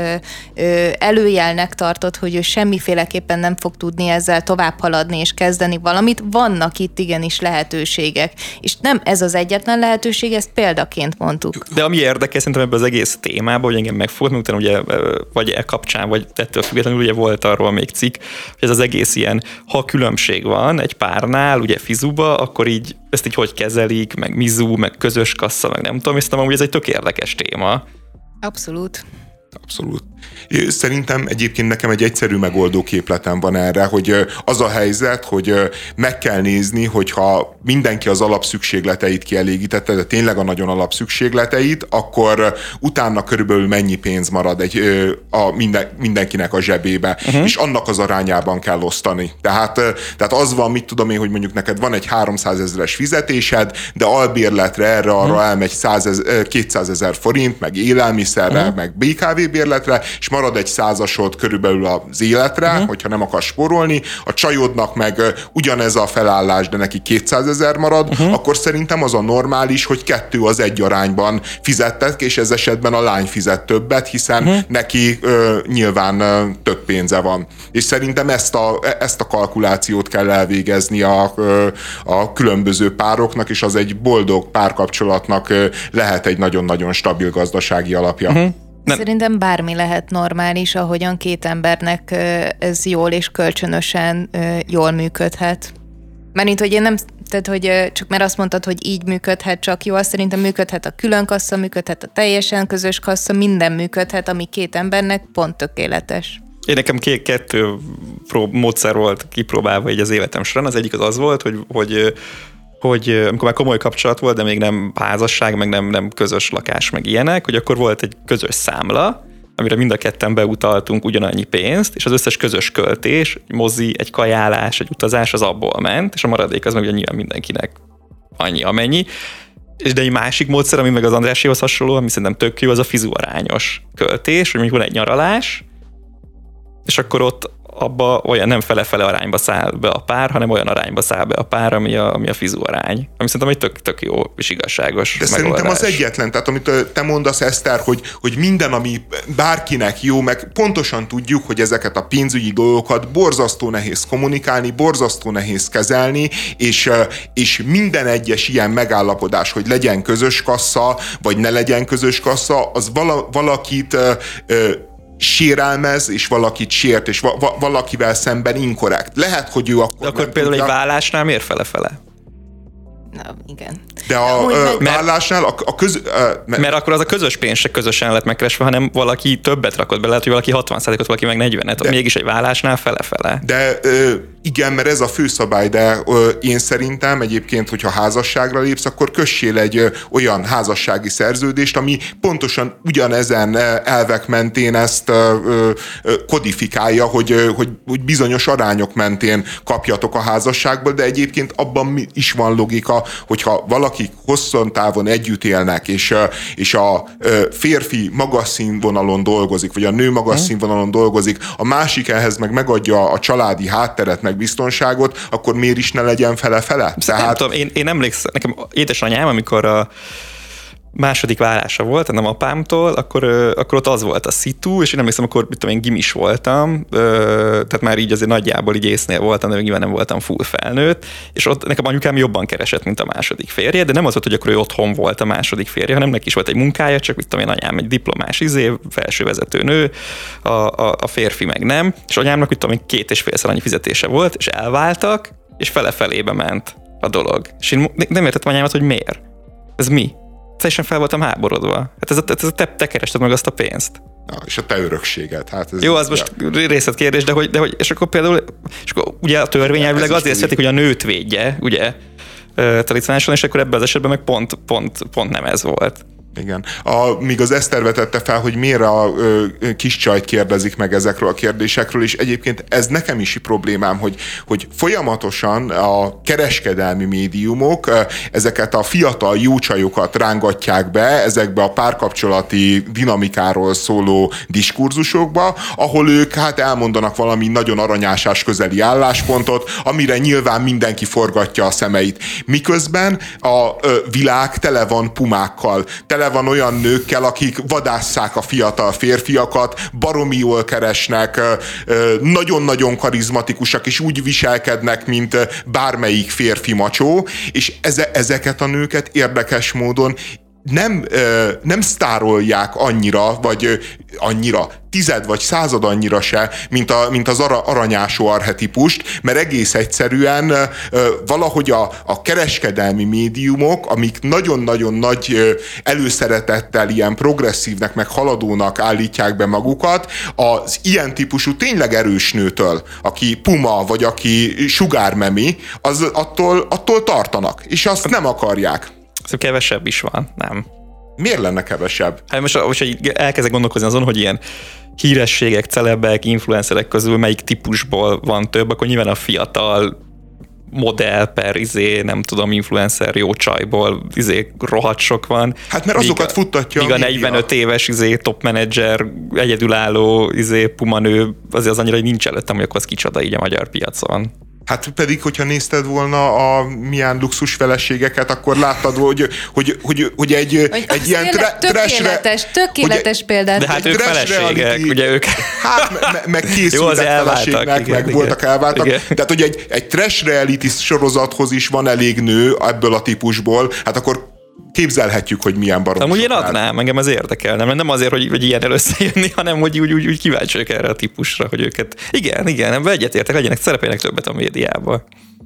előjelnek tartod, hogy ő semmiféleképpen nem fog tudni ezzel tovább haladni és kezdeni valamit, vannak itt igenis lehetőségek. És nem ez az egyetlen lehetőség, ezt példaként mondtuk. De ami érdekes szerintem ebben az egész témában, hogy engem megfogott, utána ugye vagy kapcsán, vagy ettől függetlenül ugye volt arról még cikk, hogy ez az egész ilyen, ha különbség van egy párnál, ugye fizuba, akkor így ezt így hogy kezelik, meg mizu, meg közös kassa, meg nem tudom, és amúgy ez egy tök érdekes téma. Abszolút. Abszolút. Szerintem egyébként nekem egy egyszerű megoldó képletem van erre, hogy az a helyzet, hogy meg kell nézni, hogyha mindenki az alapszükségleteit kielégítette, de tényleg a nagyon alapszükségleteit, akkor utána körülbelül mennyi pénz marad mindenkinek a zsebébe, és annak az arányában kell osztani. Tehát az van, mit tudom én, hogy mondjuk neked van egy 300 000-es fizetésed, de albérletre erre-arra elmegy 200 000 forint, meg élelmiszerre, meg BKV bérletre, és marad egy 100-asod körülbelül az életre, hogyha nem akarsz spórolni, a csajodnak meg ugyanez a felállás, de neki 200 000 marad, akkor szerintem az a normális, hogy 2:1 arányban fizettek, és ez esetben a lány fizet többet, hiszen neki nyilván több pénze van. És szerintem ezt a kalkulációt kell elvégezni a különböző pároknak, és az egy boldog párkapcsolatnak lehet egy nagyon-nagyon stabil gazdasági alapja. Szerintem bármi lehet normális, ahogyan két embernek ez jól és kölcsönösen jól működhet. Mert hogy én nem, tehát hogy csak mert azt mondtad, hogy így működhet csak jól, szerintem működhet a külön kassa, működhet a teljesen közös kassa, minden működhet, ami két embernek pont tökéletes. Én nekem kettő módszer volt kipróbálva így az életem során. Az egyik az volt, hogy amikor már komoly kapcsolat volt, de még nem házasság, meg nem közös lakás, meg ilyenek, hogy akkor volt egy közös számla, amire mind a ketten beutaltunk ugyanannyi pénzt, és az összes közös költés, egy mozi, egy kajálás, egy utazás az abból ment, és a maradék az meg ugye nyilván mindenkinek annyi, amennyi. De egy másik módszer, ami meg az Andráséhoz hasonló, ami szerintem tök jó, az a fizuarányos költés, hogy mondjuk van egy nyaralás, és akkor ott abba olyan nem fele-fele arányba száll be a pár, hanem olyan arányba száll be a pár, ami a fizuarány. Ami szerintem egy tök jó és igazságos de megoldás. Szerintem az egyetlen, tehát amit te mondasz, Eszter, hogy minden, ami bárkinek jó, meg pontosan tudjuk, hogy ezeket a pénzügyi dolgokat borzasztó nehéz kommunikálni, borzasztó nehéz kezelni, és minden egyes ilyen megállapodás, hogy legyen közös kassa, vagy ne legyen közös kassa, az valakit sérelmez, és valakit sért, és valakivel szemben inkorrekt. Lehet, hogy ő akkor... De akkor például egy vállásnál miért fele-fele? Na, igen. De a vállásnál mert akkor az a közös pénz se közösen lett megkeresve, hanem valaki többet rakott bele, lehet, hogy valaki 60%-ot, valaki meg 40-et, mégis egy vállásnál fele-fele. De igen, mert ez a főszabály, de én szerintem egyébként, hogyha házasságra lépsz, akkor kössél egy olyan házassági szerződést, ami pontosan ugyanezen elvek mentén ezt kodifikálja, hogy bizonyos arányok mentén kapjatok a házasságból, de egyébként abban is van logika, hogyha valakik hosszan távon együtt élnek, és a férfi magas színvonalon dolgozik, vagy a nő magas színvonalon dolgozik, a másik ehhez meg megadja a családi hátteret, meg biztonságot, akkor miért is ne legyen fele-fele? Tehát... Nem tudom, én emlékszem, nekem édesanyám, amikor a második vállása volt, nem apámtól, akkor ott az volt a szitu, és én emlékszem, akkor én gimis voltam, tehát már így azért nagyjából így észnél voltam, de még nyilván nem voltam full felnőtt, és ott nekem anyukám jobban keresett, mint a második férje, de nem az volt, hogy akkor ő otthon volt a második férje, hanem neki is volt egy munkája, csak én anyám egy diplomás felsővezető nő, a férfi meg nem, és anyámnak 2,5-szer annyi fizetése volt, és elváltak, és fele-felébe ment a dolog. És én nem értettem anyámat, hogy miért. Ez mi? Teljesen fel voltam háborodva. Hát te kerested meg azt a pénzt. Na, és a te örökséged. Hát ez jó, az most részletkérdés, de hogy és akkor például, és akkor ugye a törvényelvileg azért szeretik, hogy a nőt védje, ugye, tradicionálisan, és akkor ebben az esetben meg pont nem ez volt. Igen. Míg az Eszter vetette fel, hogy miért a kis csajt kérdezik meg ezekről a kérdésekről, és egyébként ez nekem is problémám, hogy folyamatosan a kereskedelmi médiumok ezeket a fiatal jó csajokat rángatják be ezekbe a párkapcsolati dinamikáról szóló diskurzusokba, ahol ők hát elmondanak valami nagyon aranyásás közeli álláspontot, amire nyilván mindenki forgatja a szemeit. Miközben a világ tele van pumákkal, tele van olyan nőkkel, akik vadásszák a fiatal férfiakat, baromi jól keresnek, nagyon-nagyon karizmatikusak, és úgy viselkednek, mint bármelyik férfi macsó, és ezeket a nőket érdekes módon nem sztárolják annyira, vagy annyira, 10 vagy 100 annyira se, mint az aranyásó archetipust, mert egész egyszerűen valahogy a kereskedelmi médiumok, amik nagyon-nagyon nagy előszeretettel ilyen progresszívnek, meg haladónak állítják be magukat, az ilyen típusú tényleg erős nőtől, aki puma, vagy aki sugármemi, az attól tartanak, és azt nem akarják. Kevesebb is van, nem? Miért lenne kevesebb? Hát most elkezdek gondolkozni azon, hogy ilyen hírességek, celebek, influencerek közül melyik típusból van több, akkor nyilván a fiatal modell per nem tudom, influencer jó csajból rohadt sok van. Hát mert azokat futtatja a 45 éves top menedzser, egyedülálló pumanő, azért az annyira, hogy nincs előttem, hogy akkor az kicsoda így a magyar piacon. Hát pedig, hogyha nézted volna a milyen luxus feleségeket, akkor láttad, hogy egy ilyen tökéletes példát. De hát ők feleségek, ugye ők. Hát meg készültek feleségnek, meg voltak elváltak. Igen. Tehát, hogy egy trash reality sorozathoz is van elég nő ebből a típusból, hát akkor képzelhetjük, hogy milyen baromság. Amúgy én adnám, engem ez érdekelne, nem azért, hogy ilyen összejönni, hanem hogy úgy kíváncsi vagyok erre a típusra, hogy őket... Igen, ebben egyetértek, legyenek, szerepeljenek többet a médiában.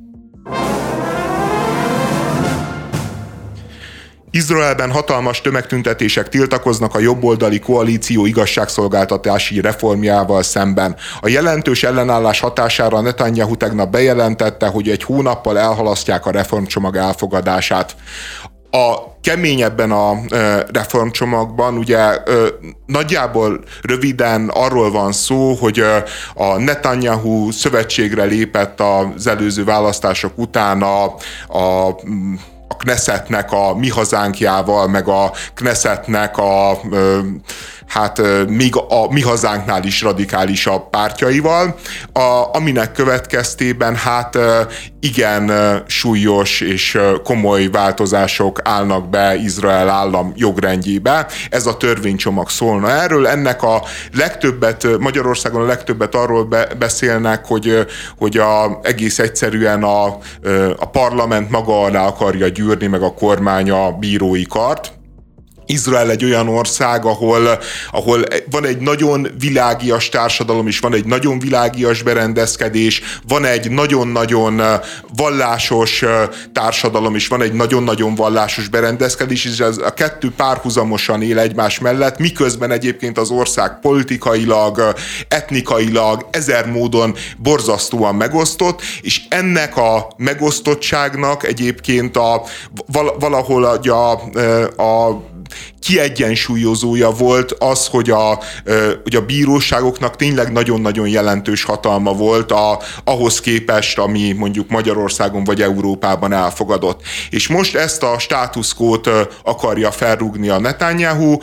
Izraelben hatalmas tömegtüntetések tiltakoznak a jobboldali koalíció igazságszolgáltatási reformjával szemben. A jelentős ellenállás hatására Netanyahu tegnap bejelentette, hogy egy hónappal elhalasztják a reformcsomag elfogadását. A keményebben a reformcsomagban ugye nagyjából röviden arról van szó, hogy a Netanyahu szövetségre lépett az előző választások után a Knessetnek a Mi Hazánkjával, meg a Knessetnek még a Mi Hazánknál is radikálisabb pártjaival, aminek következtében igen súlyos és komoly változások állnak be Izrael állam jogrendjébe. Ez a törvénycsomag szólna erről. Ennek a legtöbbet, Magyarországon a legtöbbet arról beszélnek, hogy egész egyszerűen a parlament maga alá akarja gyűrni, meg a kormány a bírói kart. Izrael egy olyan ország, ahol van egy nagyon világias társadalom, és van egy nagyon világias berendezkedés, van egy nagyon-nagyon vallásos társadalom, és van egy nagyon-nagyon vallásos berendezkedés, és ez a kettő párhuzamosan él egymás mellett, miközben egyébként az ország politikailag, etnikailag, ezer módon borzasztóan megosztott, és ennek a megosztottságnak egyébként valahol a kiegyensúlyozója volt az, hogy a bíróságoknak tényleg nagyon-nagyon jelentős hatalma volt ahhoz képest, ami mondjuk Magyarországon vagy Európában elfogadott. És most ezt a státuszkót akarja felrúgni a Netanyahu,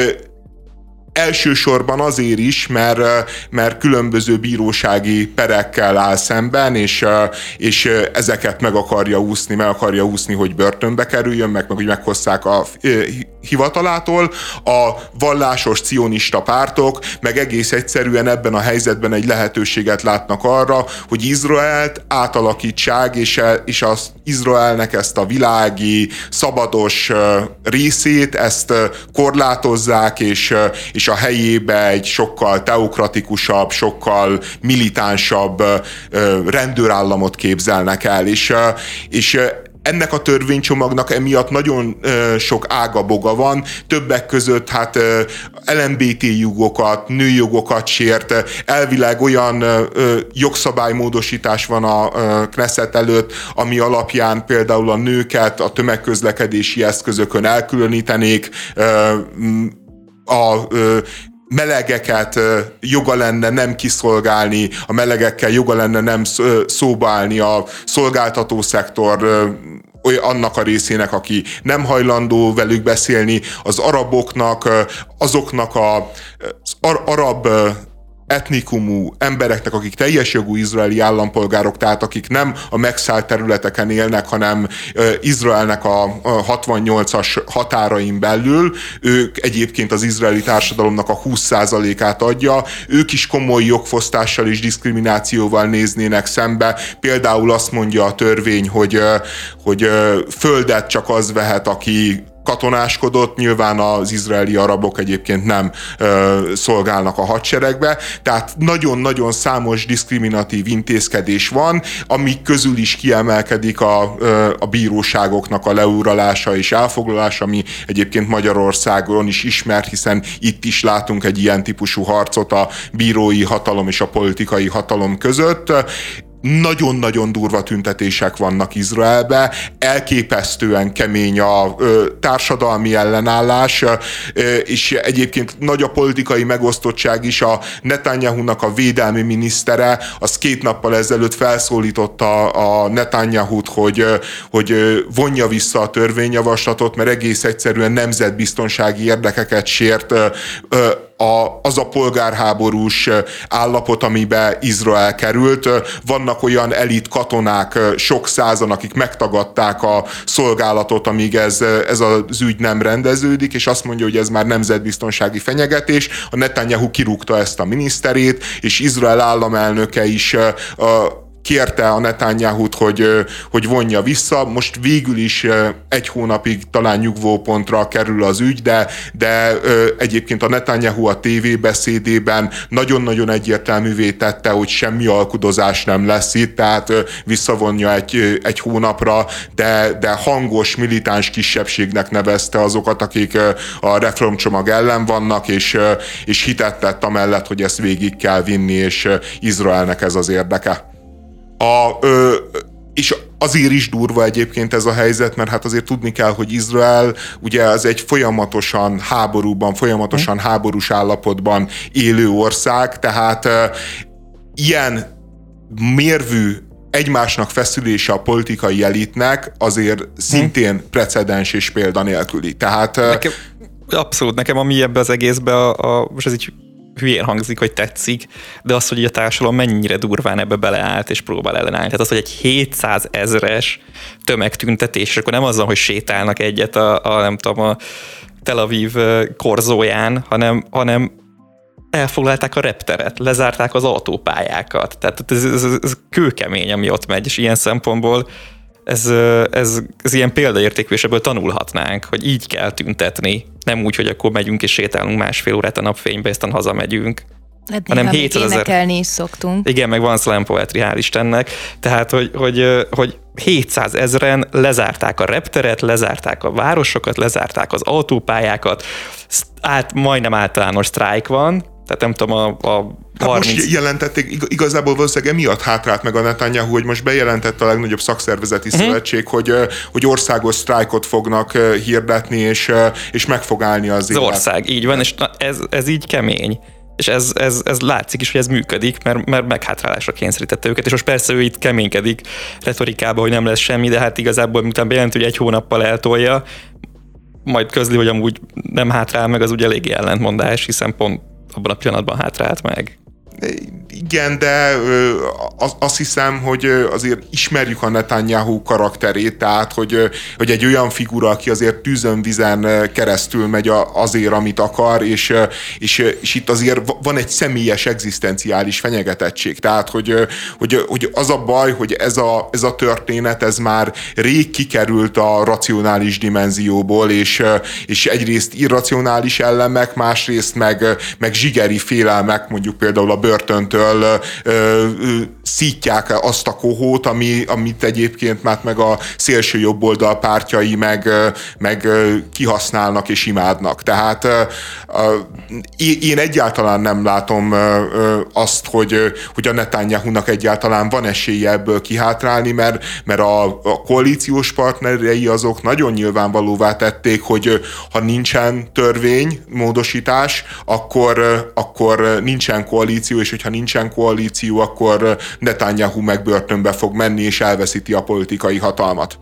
elsősorban azért is, mert különböző bírósági perekkel áll szemben, és ezeket meg akarja úszni, hogy börtönbe kerüljön, meg hogy meghosszák a hivatalától. A vallásos cionista pártok meg egész egyszerűen ebben a helyzetben egy lehetőséget látnak arra, hogy Izraelt átalakítsák, és az Izraelnek ezt a világi, szabados részét, ezt korlátozzák, és a helyébe egy sokkal teokratikusabb, sokkal militánsabb rendőrállamot képzelnek el, és ennek a törvénycsomagnak emiatt nagyon sok ágaboga van, többek között LMBT jogokat, nőjogokat sért, elvileg olyan jogszabálymódosítás van a Knesset előtt, ami alapján például a nőket a tömegközlekedési eszközökön elkülönítenék, a melegeket joga lenne nem kiszolgálni, a melegekkel joga lenne nem szóba állni a szolgáltatószektor annak a részének, aki nem hajlandó velük beszélni, az araboknak, azoknak az arab etnikumú embereknek, akik teljes jogú izraeli állampolgárok, tehát akik nem a megszállt területeken élnek, hanem Izraelnek a 68-as határain belül, ők egyébként az izraeli társadalomnak a 20%-át adja, ők is komoly jogfosztással és diszkriminációval néznének szembe. Például azt mondja a törvény, hogy földet csak az vehet, aki katonáskodott, nyilván az izraeli arabok egyébként nem szolgálnak a hadseregbe, tehát nagyon-nagyon számos diszkriminatív intézkedés van, amik közül is kiemelkedik a bíróságoknak a leuralása és elfoglalása, ami egyébként Magyarországon is ismert, hiszen itt is látunk egy ilyen típusú harcot a bírói hatalom és a politikai hatalom között. Nagyon-nagyon durva tüntetések vannak Izraelbe, elképesztően kemény a társadalmi ellenállás, és egyébként nagy a politikai megosztottság is. A Netanyahunak a védelmi minisztere az 2 nappal ezelőtt felszólította a Netanyahut, hogy vonja vissza a törvényjavaslatot, mert egész egyszerűen nemzetbiztonsági érdekeket sért az a polgárháborús állapot, amiben Izrael került. Vannak olyan elit katonák, sok százan, akik megtagadták a szolgálatot, amíg ez az ügy nem rendeződik, és azt mondja, hogy ez már nemzetbiztonsági fenyegetés. A Netanyahu kirúgta ezt a miniszterét, és Izrael államelnöke is kérte a Netanyahut, hogy vonja vissza. Most végül is 1 hónapig talán nyugvópontra kerül az ügy, de egyébként a Netanyahu a tévébeszédében nagyon-nagyon egyértelművé tette, hogy semmi alkudozás nem lesz itt, tehát visszavonja egy hónapra, de hangos, militáns kisebbségnek nevezte azokat, akik a reformcsomag ellen vannak, és hitet tett amellett, hogy ezt végig kell vinni, és Izraelnek ez az érdeke. És azért is durva egyébként ez a helyzet, mert hát azért tudni kell, hogy Izrael ugye az egy folyamatosan háborúban, folyamatosan háborús állapotban élő ország, tehát ilyen mérvű egymásnak feszülése a politikai elitnek azért szintén precedens és példanélküli. Tehát... Abszolút, nekem ami ebbe az egészbe, most ez így hülyén hangzik, hogy tetszik, de az, hogy a társadalom mennyire durván ebbe beleállt és próbál ellenállni. Tehát az, hogy egy 700 000-es tömegtüntetés, és akkor nem azzal, hogy sétálnak egyet nem tudom, a Tel Aviv korzóján, hanem elfoglalták a repteret, lezárták az autópályákat. Tehát ez kőkemény, ami ott megy, és ilyen szempontból ez ilyen példaértékű, és ebből tanulhatnánk, hogy így kell tüntetni. Nem úgy, hogy akkor megyünk és sétálunk másfél órát a napfénybe, aztán hazamegyünk. Hanem 700 000... énekelni is szoktunk. Igen, meg van slam poetry, hál' Istennek. Tehát, hogy 700 000-en lezárták a repteret, lezárták a városokat, lezárták az autópályákat, majdnem általános sztrájk van, tehát nem tudom, a 30... Most jelentették, igazából valószínűleg emiatt hátrált meg a Netanyahu, hogy most bejelentette a legnagyobb szakszervezeti szövetség, hogy országos sztrájkot fognak hirdetni, és meg fog állni az élet. Az ország, így van, és ez így kemény. És ez látszik is, hogy ez működik, mert meghátrálásra kényszerítette őket, és most persze ő itt keménykedik retorikába, hogy nem lesz semmi, de hát igazából miután bejelenti, hogy 1 hónappal eltolja, majd közli, hogy amúgy nem hátrál meg, az ugye eléggé ellentmondás, hiszen pont abban a pillanatban hátrált meg. Igen, de azt hiszem, hogy azért ismerjük a Netanyahu karakterét, tehát, hogy egy olyan figura, aki azért tűzön-vizen keresztül megy azért, amit akar, és itt azért van egy személyes, egzisztenciális fenyegetettség. Tehát, hogy az a baj, hogy ez a történet, ez már rég kikerült a racionális dimenzióból, és egyrészt irracionális elemek, másrészt meg zsigeri félelmek, mondjuk például a börtöntől szítják azt a kohót, amit egyébként már meg a szélső jobboldal pártjai meg kihasználnak és imádnak. Tehát én egyáltalán nem látom azt, hogy a Netanyahunak egyáltalán van esélye ebből kihátrálni, mert a koalíciós partnerei azok nagyon nyilvánvalóvá tették, hogy ha nincsen törvénymódosítás, akkor nincsen koalíció, és hogyha nincsen koalíció, akkor Netanyahu meg börtönbe fog menni, és elveszíti a politikai hatalmat.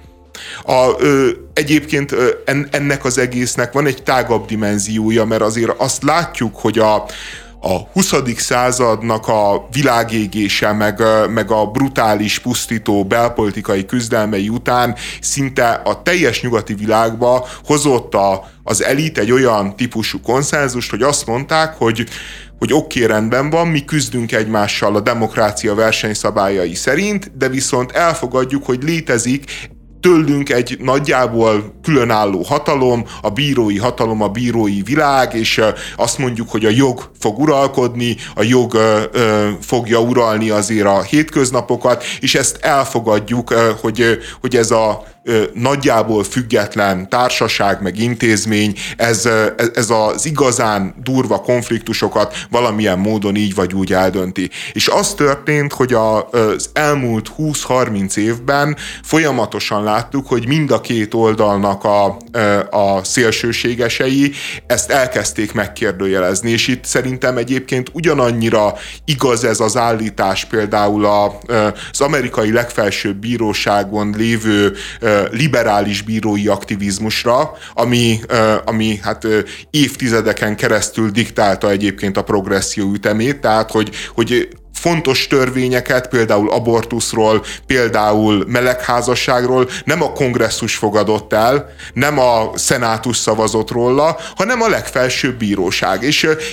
Egyébként ennek az egésznek van egy tágabb dimenziója, mert azért azt látjuk, hogy a 20. századnak a világégése, meg a brutális, pusztító belpolitikai küzdelmei után szinte a teljes nyugati világba hozott az elit egy olyan típusú konszenzust, hogy azt mondták, hogy oké, rendben van, mi küzdünk egymással a demokrácia versenyszabályai szerint, de viszont elfogadjuk, hogy létezik tőlünk egy nagyjából különálló hatalom, a bírói hatalom, a bírói világ, és azt mondjuk, hogy a jog fog uralkodni, a jog fogja uralni azért a hétköznapokat, és ezt elfogadjuk, hogy ez a nagyjából független társaság meg intézmény, ez az igazán durva konfliktusokat valamilyen módon így vagy úgy eldönti. És az történt, hogy az elmúlt 20-30 évben folyamatosan láttuk, hogy mind a két oldalnak a szélsőségesei ezt elkezdték megkérdőjelezni, és itt szerintem egyébként ugyanannyira igaz ez az állítás például az amerikai legfelsőbb bíróságon lévő liberális bírói aktivizmusra, ami hát évtizedeken keresztül diktálta egyébként a progresszió ütemét, tehát hogy fontos törvényeket, például abortuszról, például melegházasságról nem a kongresszus fogadott el, nem a szenátus szavazott róla, hanem a legfelsőbb bíróság.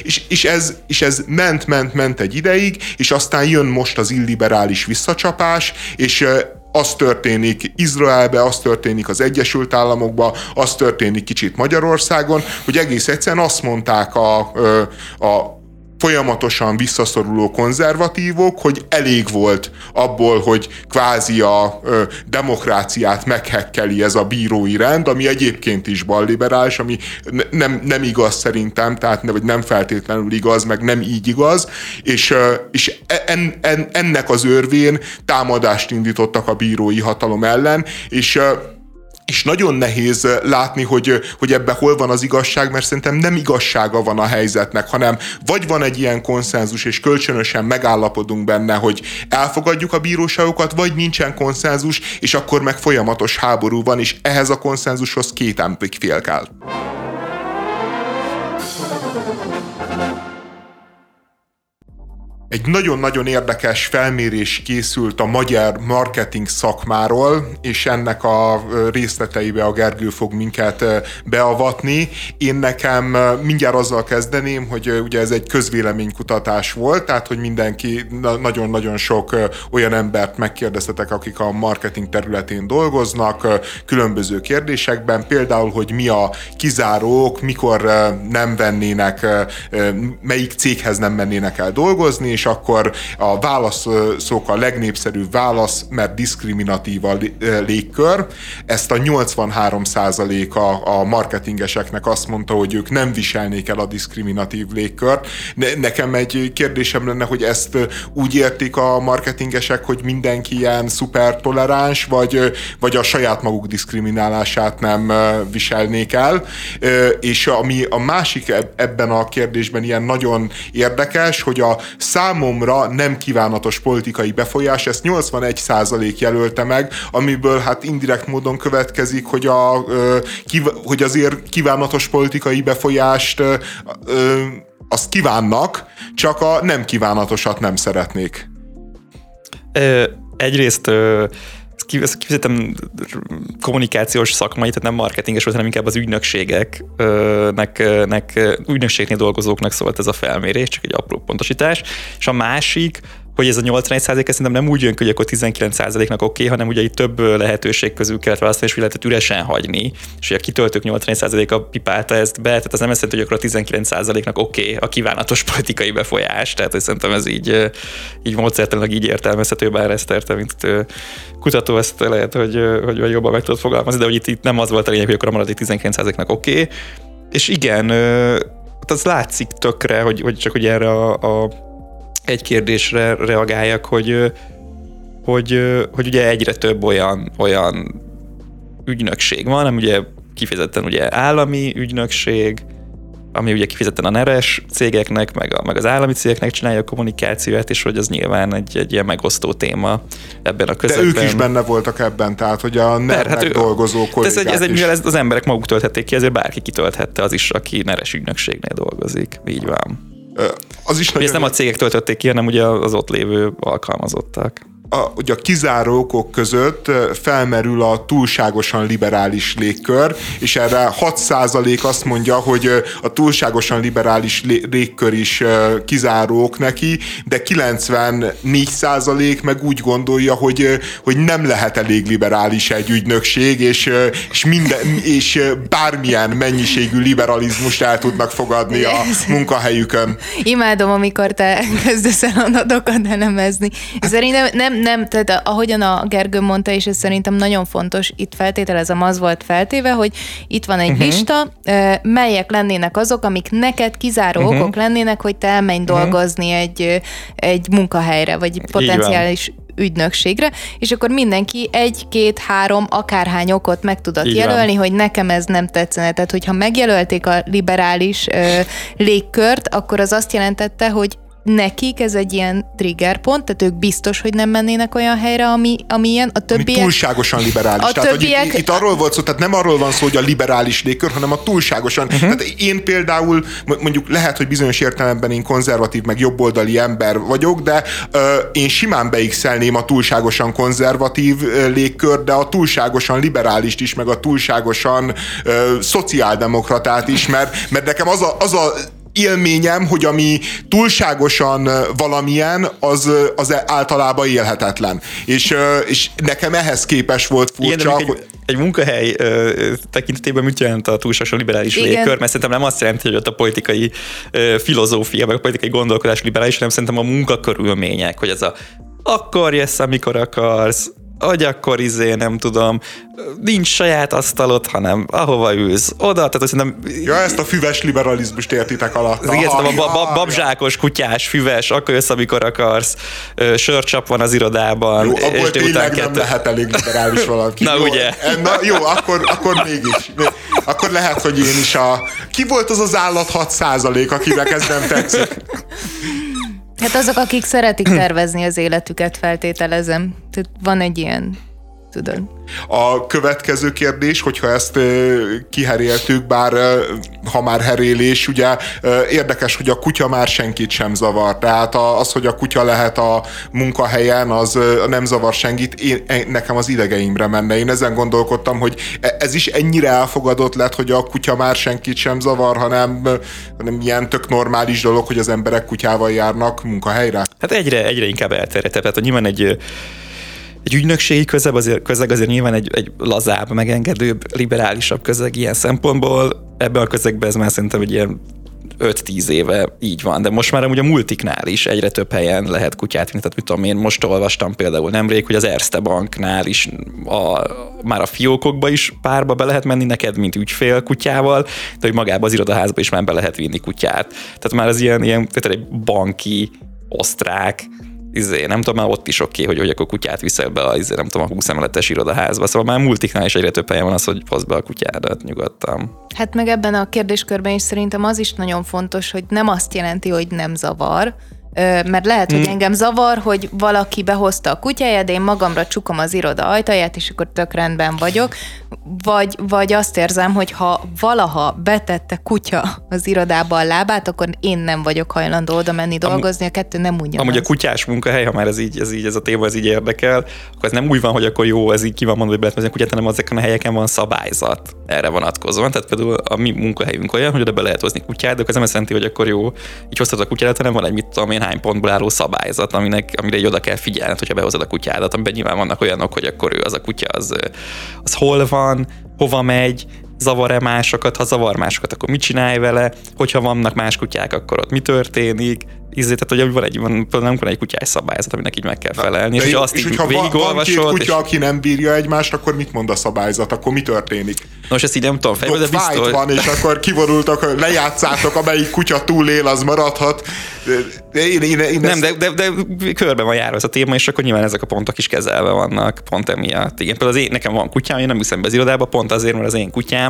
És ez ment egy ideig, és aztán jön most az illiberális visszacsapás, és az történik Izraelbe, az történik az Egyesült Államokba, az történik kicsit Magyarországon, hogy egész egyszerűen azt mondták folyamatosan visszaszoruló konzervatívok, hogy elég volt abból, hogy kvázi a demokráciát meghekkeli ez a bírói rend, ami egyébként is balliberális, ami nem igaz szerintem, tehát vagy nem feltétlenül igaz, meg nem így igaz, és ennek az örvén támadást indítottak a bírói hatalom ellen, és nagyon nehéz látni, hogy ebben hol van az igazság, mert szerintem nem igazsága van a helyzetnek, hanem vagy van egy ilyen konszenzus, és kölcsönösen megállapodunk benne, hogy elfogadjuk a bíróságokat, vagy nincsen konszenzus, és akkor meg folyamatos háború van, és ehhez a konszenzushoz két fél kell. Egy nagyon-nagyon érdekes felmérés készült a magyar marketing szakmáról, és ennek a részleteibe a Gergő fog minket beavatni. Én nekem mindjárt azzal kezdeném, hogy ugye ez egy közvéleménykutatás volt, tehát hogy mindenki, nagyon-nagyon sok olyan embert megkérdeztetek, akik a marketing területén dolgoznak, különböző kérdésekben, például, hogy mi a kizárók, mikor nem vennének, melyik céghez nem mennének el dolgozni, és akkor a válaszok, a legnépszerűbb válasz, mert diszkriminatív a légkör. Ezt a 83% a marketingeseknek azt mondta, hogy ők nem viselnék el a diszkriminatív légkört. Nekem egy kérdésem lenne, hogy ezt úgy értik a marketingesek, hogy mindenki ilyen szuper toleráns, vagy a saját maguk diszkriminálását nem viselnék el. És ami a másik ebben a kérdésben ilyen nagyon érdekes, hogy a számomra nem kívánatos politikai befolyás, ezt 81% jelölte meg, amiből hát indirekt módon következik, hogy azért kívánatos politikai befolyást azt kívánnak, csak a nem kívánatosat nem szeretnék. Egyrészt kifejezetten kommunikációs szakmai, tehát nem marketinges volt, hanem inkább az ügynökségnél dolgozóknak szólt ez a felmérés, csak egy apró pontosítás. És a másik, hogy ez a 81% szerintem nem úgy jön ki, hogy akkor 19%-nak oké, hanem ugye itt több lehetőség közül kellett választani, és lehetett üresen hagyni. És ugye a kitöltők 81%-a pipálta ezt be, tehát az nem azt jelenti, hogy akkor a 19%-nak oké a kívánatos politikai befolyás. Tehát hogy szerintem ez így módszertanilag így értelmezhető, bár ezt értem, mint kutató, ezt lehet, hogy jobban meg tudod fogalmazni, de hogy itt nem az volt a lényeg, hogy akkor a maradék 19%-nak oké. És igen, az látszik tökre, hogy csak hogy erre egy kérdésre reagáljak, hogy ugye egyre több olyan ügynökség van, ami ugye kifejezetten ugye állami ügynökség, ami ugye kifejezetten a neres cégeknek, meg az állami cégeknek csinálja a kommunikációt, és hogy az nyilván egy ilyen megosztó téma ebben a közegben. De ők is benne voltak ebben, tehát hogy a nernek dolgozó kollégák is. Mivel az emberek maguk tölthették ki, ezért bárki kitölthette, az is, aki neres ügynökségnél dolgozik. Így van. Az is ezt nem a cégek töltötték ki, hanem ugye az ott lévő alkalmazottak. Ugye a kizáró okok között felmerül a túlságosan liberális légkör, és erre 6% azt mondja, hogy a túlságosan liberális légkör is kizárók neki, de 94% meg úgy gondolja, hogy nem lehet elég liberális egy ügynökség, és bármilyen mennyiségű liberalizmust el tudnak fogadni a munkahelyükön. Imádom, amikor te kezdesz el adatokat elemezni. Szerintem nem, tehát ahogyan a Gergő mondta, és ez szerintem nagyon fontos, itt feltételezem az volt feltéve, hogy itt van egy lista, melyek lennének azok, amik neked kizáró okok lennének, hogy te elmenj dolgozni egy munkahelyre, vagy potenciális ügynökségre, és akkor mindenki 1, 2, 3, akárhány okot meg tudott jelölni, hogy nekem ez nem tetszene. Tehát, hogyha megjelölték a liberális légkört, akkor az azt jelentette, hogy nekik ez egy ilyen triggerpont, tehát ők biztos, hogy nem mennének olyan helyre, ami ilyen. A többiek... Ami túlságosan liberális. Tehát, többiek... itt arról volt szó, tehát nem arról van szó, hogy a liberális légkör, hanem a túlságosan. Tehát én például, mondjuk lehet, hogy bizonyos értelemben én konzervatív, meg jobboldali ember vagyok, de én simán beixelném a túlságosan konzervatív légkör, de a túlságosan liberálist is, meg a túlságosan szociáldemokratát is, mert nekem az a élményem, hogy ami túlságosan valamilyen, az általában élhetetlen. És nekem ehhez képes volt furcsa, egy munkahely tekintetében mit jelent a túlságosan liberális légkör, mert szerintem nem azt jelenti, hogy ott a politikai filozófia, vagy a politikai gondolkodás liberális, hanem szerintem a munkakörülmények, hogy ez a akkor jössz, amikor akarsz, hogy akkor nem tudom, nincs saját asztalod, hanem ahova ülsz, oda, tehát szerintem... Ja, ezt a füves liberalizmust értitek alatt. Igen, a babzsákos, kutyás, füves, akkor jössz, amikor akarsz, sörcsap van az irodában. Jó, abból tényleg nem lehet elég liberális valaki. Na, jó, ugye? Jó, akkor mégis. Akkor lehet, hogy én is Ki volt az állat 6%, akinek ez nem tetszik? Hát azok, akik szeretik tervezni az életüket, feltételezem. Tehát van egy ilyen, tudod. A következő kérdés, hogyha ezt kiheréltük, bár ha már herélés, ugye érdekes, hogy a kutya már senkit sem zavar. Tehát az, hogy a kutya lehet a munkahelyen, az nem zavar senkit. Nekem az idegeimre menne. Én ezen gondolkodtam, hogy ez is ennyire elfogadott lett, hogy a kutya már senkit sem zavar, hanem ilyen tök normális dolog, hogy az emberek kutyával járnak munkahelyre. Hát egyre inkább elterjedt. Tehát nyilván egy ügynökségi közeg azért nyilván egy lazább, megengedőbb, liberálisabb közeg ilyen szempontból. Ebben a közegben ez már szerintem egy ilyen 5-10 éve így van, de most már amúgy a multiknál is egyre több helyen lehet kutyát vinni. Tehát mit tudom én, most olvastam például nemrég, hogy az Erste Banknál is már a fiókokba is párba be lehet menni neked, mint ügyfél kutyával, de hogy magába az irodaházba is már be lehet vinni kutyát. Tehát már az ilyen tehát egy banki, osztrák, nem tudom, már ott is oké, hogy akkor kutyát viszel be nem tudom, a 20 emeletes irodaházba. Szóval már multiknál is egyre több helyen van az, hogy hozd be a kutyádat nyugodtan. Hát meg ebben a kérdéskörben is szerintem az is nagyon fontos, hogy nem azt jelenti, hogy nem zavar, mert lehet, hogy engem zavar, hogy valaki behozta a kutyáját, de én magamra csukom az iroda ajtaját, és akkor tök rendben vagyok, vagy azt érzem, hogy ha valaha betette kutya az irodába a lábát, akkor én nem vagyok hajlandó oda menni dolgozni, a kettő nem ugyanaz. Amúgy a kutyás munkahely, ha már ez a téma ez így érdekel, akkor ez nem úgy van, hogy akkor jó, ez így ki van mondva, hogy be lehet hozni a kutyát, hanem azokon a helyeken van szabályzat erre vonatkozóan. Tehát például a mi munkahelyünk olyan, hogy oda be lehet hozni kutyát, de akkor ez nem azt jelenti, hogy akkor jó, így hoztad a kutyát, hanem van egy mit tudom én hány pontból álló szabályzat, amire így oda kell figyelned, hogyha behozod a kutyádat, amiben nyilván vannak olyanok, hogy akkor ő az a kutya, az hol van, hova megy, zavar-e másokat, ha zavar másokat, akkor mit csinálj vele, hogyha vannak más kutyák, akkor ott mi történik, tehát hogy van egy kutyás szabályzat, aminek így meg kell felelni. És hogyha van két kutya, aki nem bírja egymást, akkor mit mond a szabályzat, akkor mi történik? Nos, ezt így nem tudom fejből, de biztos. Van, és akkor kivorultak, lejátszátok, amelyik kutya túlél, az maradhat. Nem, de körbe van járva ez a téma, és akkor nyilván ezek a pontok is kezelve vannak, pont emiatt. Igen, például nekem van kutyám, én nem viszem be az irodába, pont azért, mert az én kutyám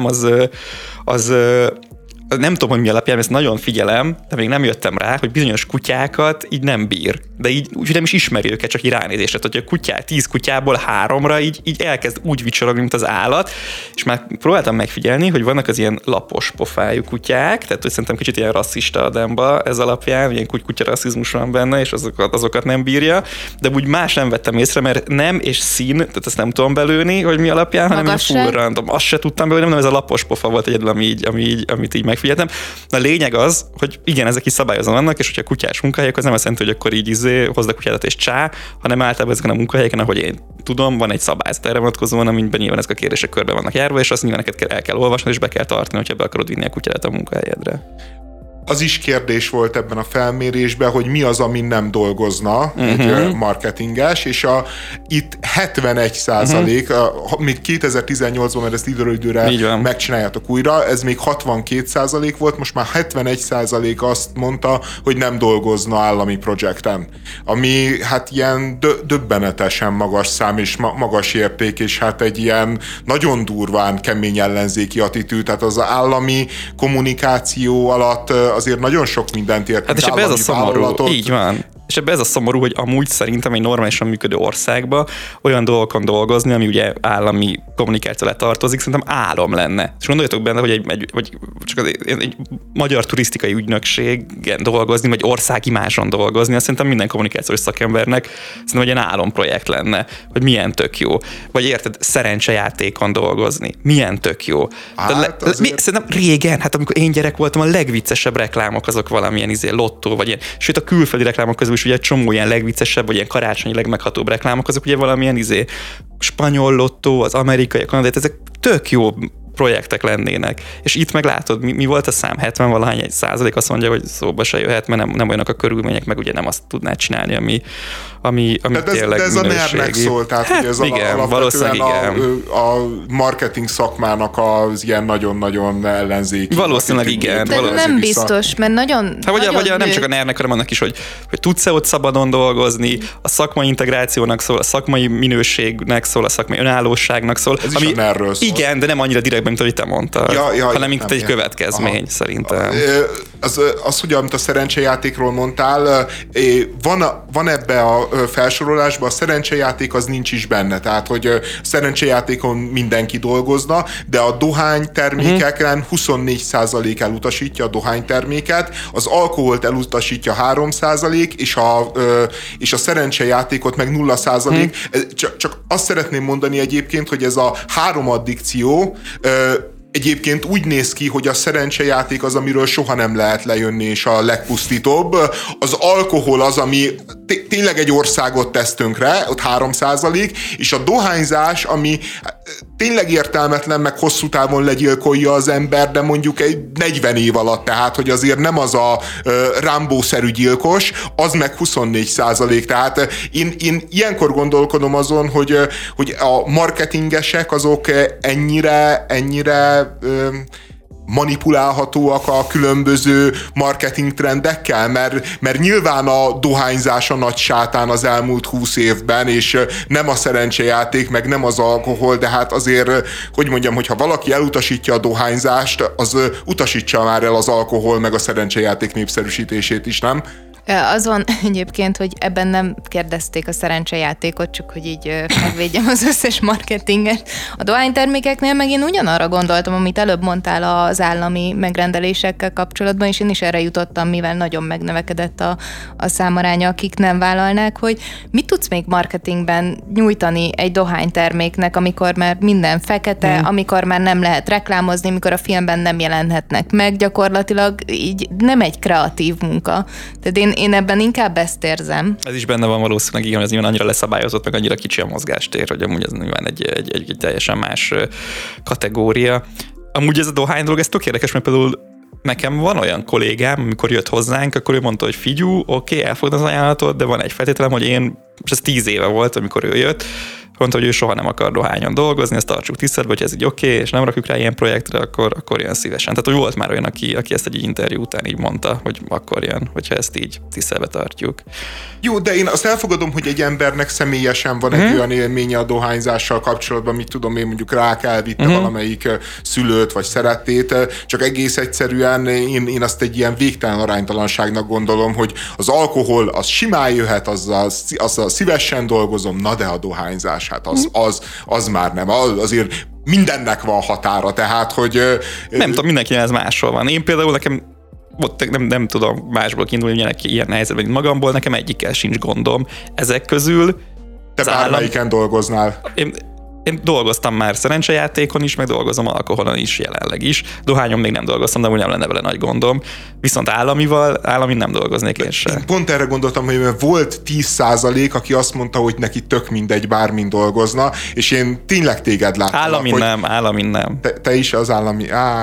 az nem tudom, hogy mi alapján, ezt nagyon figyelem, de még nem jöttem rá, hogy bizonyos kutyákat így nem bír. De így úgy nem is ismeri őket, csak így ránézésre. Tehát, hogy 10 kutyából 3-ra így elkezd úgy vicsorogni, mint az állat, és már próbáltam megfigyelni, hogy vannak az ilyen lapos pofájú kutyák, tehát hogy szerintem kicsit ilyen rasszista Adamban ez alapján, ilyen kutyarasszizmus van benne, és azokat nem bírja, de úgy más nem vettem észre, mert nem és szín, tehát ezt nem tudom belőni, hogy mi alapján, hanem full random. Azt se tudtam belőni, nem ez a lapos pofa volt egyedül, amit így megfigyeltem. A lényeg az, hogy igen, ezek is szabályozva vannak, és hogyha kutyás munkahelyek, az nem azt jelenti, hogy akkor így hozd a kutyádat és csá, hanem általában ezeken a munkahelyeken, ahogy én tudom, van egy szabályzat erre vonatkozóan, amiben nyilván ezek a kérések körbe vannak járva, és azt nyilván neked el kell olvasni, és be kell tartani, hogyha be akarod vinni a kutyádat a munkahelyedre. Az is kérdés volt ebben a felmérésben, hogy mi az, amin nem dolgozna egy marketinges, és itt 71%, még 2018-ban, mert ezt időre megcsináljátok újra, ez még 62% volt, most már 71% azt mondta, hogy nem dolgozna állami projekten. Ami hát ilyen döbbenetesen magas szám és magas érték, és hát egy ilyen nagyon durván kemény ellenzéki attitűd, tehát az állami kommunikáció alatt azért nagyon sok mindent értünk. Hát és ebben ez a szomorú, így van. És ebben ez a szomorú, hogy amúgy szerintem egy normálisan működő országban olyan dolgokon dolgozni, ami ugye állami kommunikáció alá tartozik, szerintem álom lenne. És gondoljatok benne, hogy egy magyar turisztikai ügynökségen dolgozni, vagy országimázson dolgozni, azt szerintem minden kommunikációs szakembernek szerintem egy ilyen álomprojekt lenne, hogy milyen tök jó. Vagy érted, szerencsejátékon dolgozni. Milyen tök jó. Hát, szerintem régen, hát amikor én gyerek voltam, a legviccesebb reklámok azok valamilyen lottó, vagy ilyen, sőt a külföldi reklámok közül is ugye egy csomó ilyen legviccesebb, vagy ilyen karácsonyi legmeghatóbb reklámok, azok ugye valamilyen spanyol lottó, az amerikai, a kanadai, ezek tök jó projektek lennének. És itt meg látod, mi volt a szám? 70-valahány %, azt mondja, hogy szóba se jöhet, mert nem olyanok a körülmények, meg ugye nem azt tudná csinálni, ami tényleg de ez minőségi. A NER-nek szól, tehát hát, hogy ez igen, alapvetően a marketing szakmának az ilyen nagyon-nagyon ellenzéki. Valószínűleg igen. De nem biztos, mert nagyon vagy nem csak a NER-nek, hanem annak is, hogy tudsz-e ott szabadon dolgozni, a szakmai integrációnak szól, a szakmai minőségnek szól, a szakmai önállóságnak szól. Ez is a NER-ről szól. Igen, de nem annyira direktben, mint ahogy te mondtad, hanem mint egy következmény, szerintem. Az, hogy amit a szerencsejátékról mondtál, van ebbe a felsorolásban, a szerencsejáték az nincs is benne, tehát hogy szerencsejátékon mindenki dolgozna, de a dohánytermékeken 24% elutasítja a dohányterméket, az alkoholt elutasítja 3%, és a szerencsejátékot meg 0%. Csak azt szeretném mondani egyébként, hogy ez a 3 addikció egyébként úgy néz ki, hogy a szerencsejáték az, amiről soha nem lehet lejönni, és a legpusztítóbb. Az alkohol az, ami tényleg egy országot tesz tönkre, ott 3%, és a dohányzás, ami tényleg értelmetlen, meg hosszú távon legyilkolja az ember, de mondjuk egy 40 év alatt, tehát, hogy azért nem az a Rambo-szerű gyilkos, az meg 24%. Tehát én ilyenkor gondolkodom azon, hogy a marketingesek azok ennyire manipulálhatóak a különböző marketing trendekkel, mert nyilván a dohányzás a nagy sátán az elmúlt 20 évben, és nem a szerencsejáték, meg nem az alkohol, de hát azért, hogy mondjam, hogyha valaki elutasítja a dohányzást, az utasítsa már el az alkohol, meg a szerencsejáték népszerűsítését is, nem? Az van egyébként, hogy ebben nem kérdezték a szerencsejátékot, csak hogy így megvédjem az összes marketinget. A dohánytermékeknél meg én ugyanarra gondoltam, amit előbb mondtál az állami megrendelésekkel kapcsolatban, és én is erre jutottam, mivel nagyon megnövekedett a számaránya, akik nem vállalnák, hogy mit tudsz még marketingben nyújtani egy dohányterméknek, amikor már minden fekete, amikor már nem lehet reklámozni, amikor a filmben nem jelenhetnek meg, gyakorlatilag így nem egy kreatív munka. Tehát én ebben inkább ezt érzem. Ez is benne van valószínűleg, igen, ez nyilván annyira leszabályozott, meg annyira kicsi a mozgástér, hogy amúgy ez nyilván egy teljesen más kategória. Amúgy ez a dohány dolog, ez tök érdekes, mert például nekem van olyan kollégám, amikor jött hozzánk, akkor ő mondta, hogy figyú, oké, elfogadom az ajánlatot, de van egy feltételem, hogy én, és ez 10 éve volt, amikor ő jött, mondta, hogy ő soha nem akar dohányon dolgozni, ezt tartsuk tiszteletbe, hogy ez így oké, és nem rakjuk rá ilyen projektre, akkor jön szívesen. Tehát, hogy volt már olyan, aki ezt egy interjú után így mondta, hogy akkor jön, hogyha ezt így tiszteletbe tartjuk. Jó, de én azt elfogadom, hogy egy embernek személyesen van egy olyan élménye a dohányzással kapcsolatban, mit tudom én, mondjuk rák elvitte valamelyik szülőt vagy szerettét, csak egész egyszerűen én azt egy ilyen végtelen aránytalanságnak gondolom, hogy az alkohol az simán jöhet, azzal szívesen dolgozom, na de a dohányzás, hát az már nem, azért mindennek van határa, tehát, hogy... Nem tudom, mindenkinek ez máshol van. Én például nekem nem tudom másból kiindulni, hogy ilyen helyzetben, mint magamból, nekem egyikkel sincs gondom. Ezek közül... Te bármelyiken dolgoznál? Én dolgoztam már szerencsejátékon is, meg dolgozom alkoholon is jelenleg is. Dohányon még nem dolgoztam, de úgy nem lenne vele nagy gondom. Viszont állami nem dolgoznék én sem. Pont erre gondoltam, hogy volt 10%, aki azt mondta, hogy neki tök mindegy, bármin dolgozna, és én tényleg téged láttam. Állami nem. Te is az állami...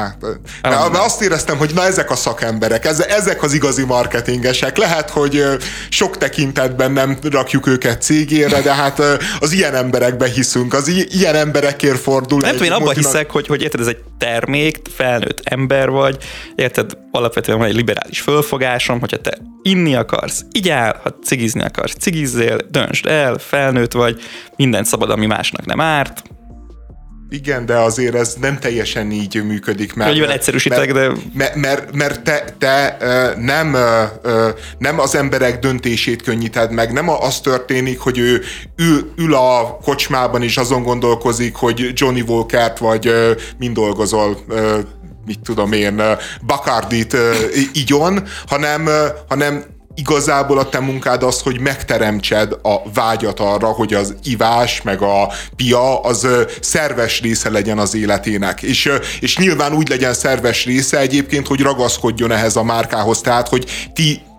De azt éreztem, hogy na ezek a szakemberek, ezek az igazi marketingesek. Lehet, hogy sok tekintetben nem rakjuk őket cégére, de hát az ilyen emberekbe hiszünk, az ilyen emberekért fordul. Nem tudom, én abban hiszek, hogy érted, ez egy termék, felnőtt ember vagy, érted, alapvetően van egy liberális fölfogásom, hogyha te inni akarsz, igyál, ha cigizni akarsz, cigizzél, döntsd el, felnőtt vagy, mindent szabad, ami másnak nem árt. Igen, de azért ez nem teljesen így működik, mert egyszerűsítek, mert te nem az emberek döntését könnyíted meg, nem az történik, hogy ő ül a kocsmában és azon gondolkozik, hogy Johnny Walkert vagy mind dolgozol, mit tudom én, Bacardit igyon, hanem igazából a te munkád az, hogy megteremtsed a vágyat arra, hogy az ivás meg a pia az szerves része legyen az életének. És nyilván úgy legyen szerves része egyébként, hogy ragaszkodjon ehhez a márkához. Tehát, hogy ti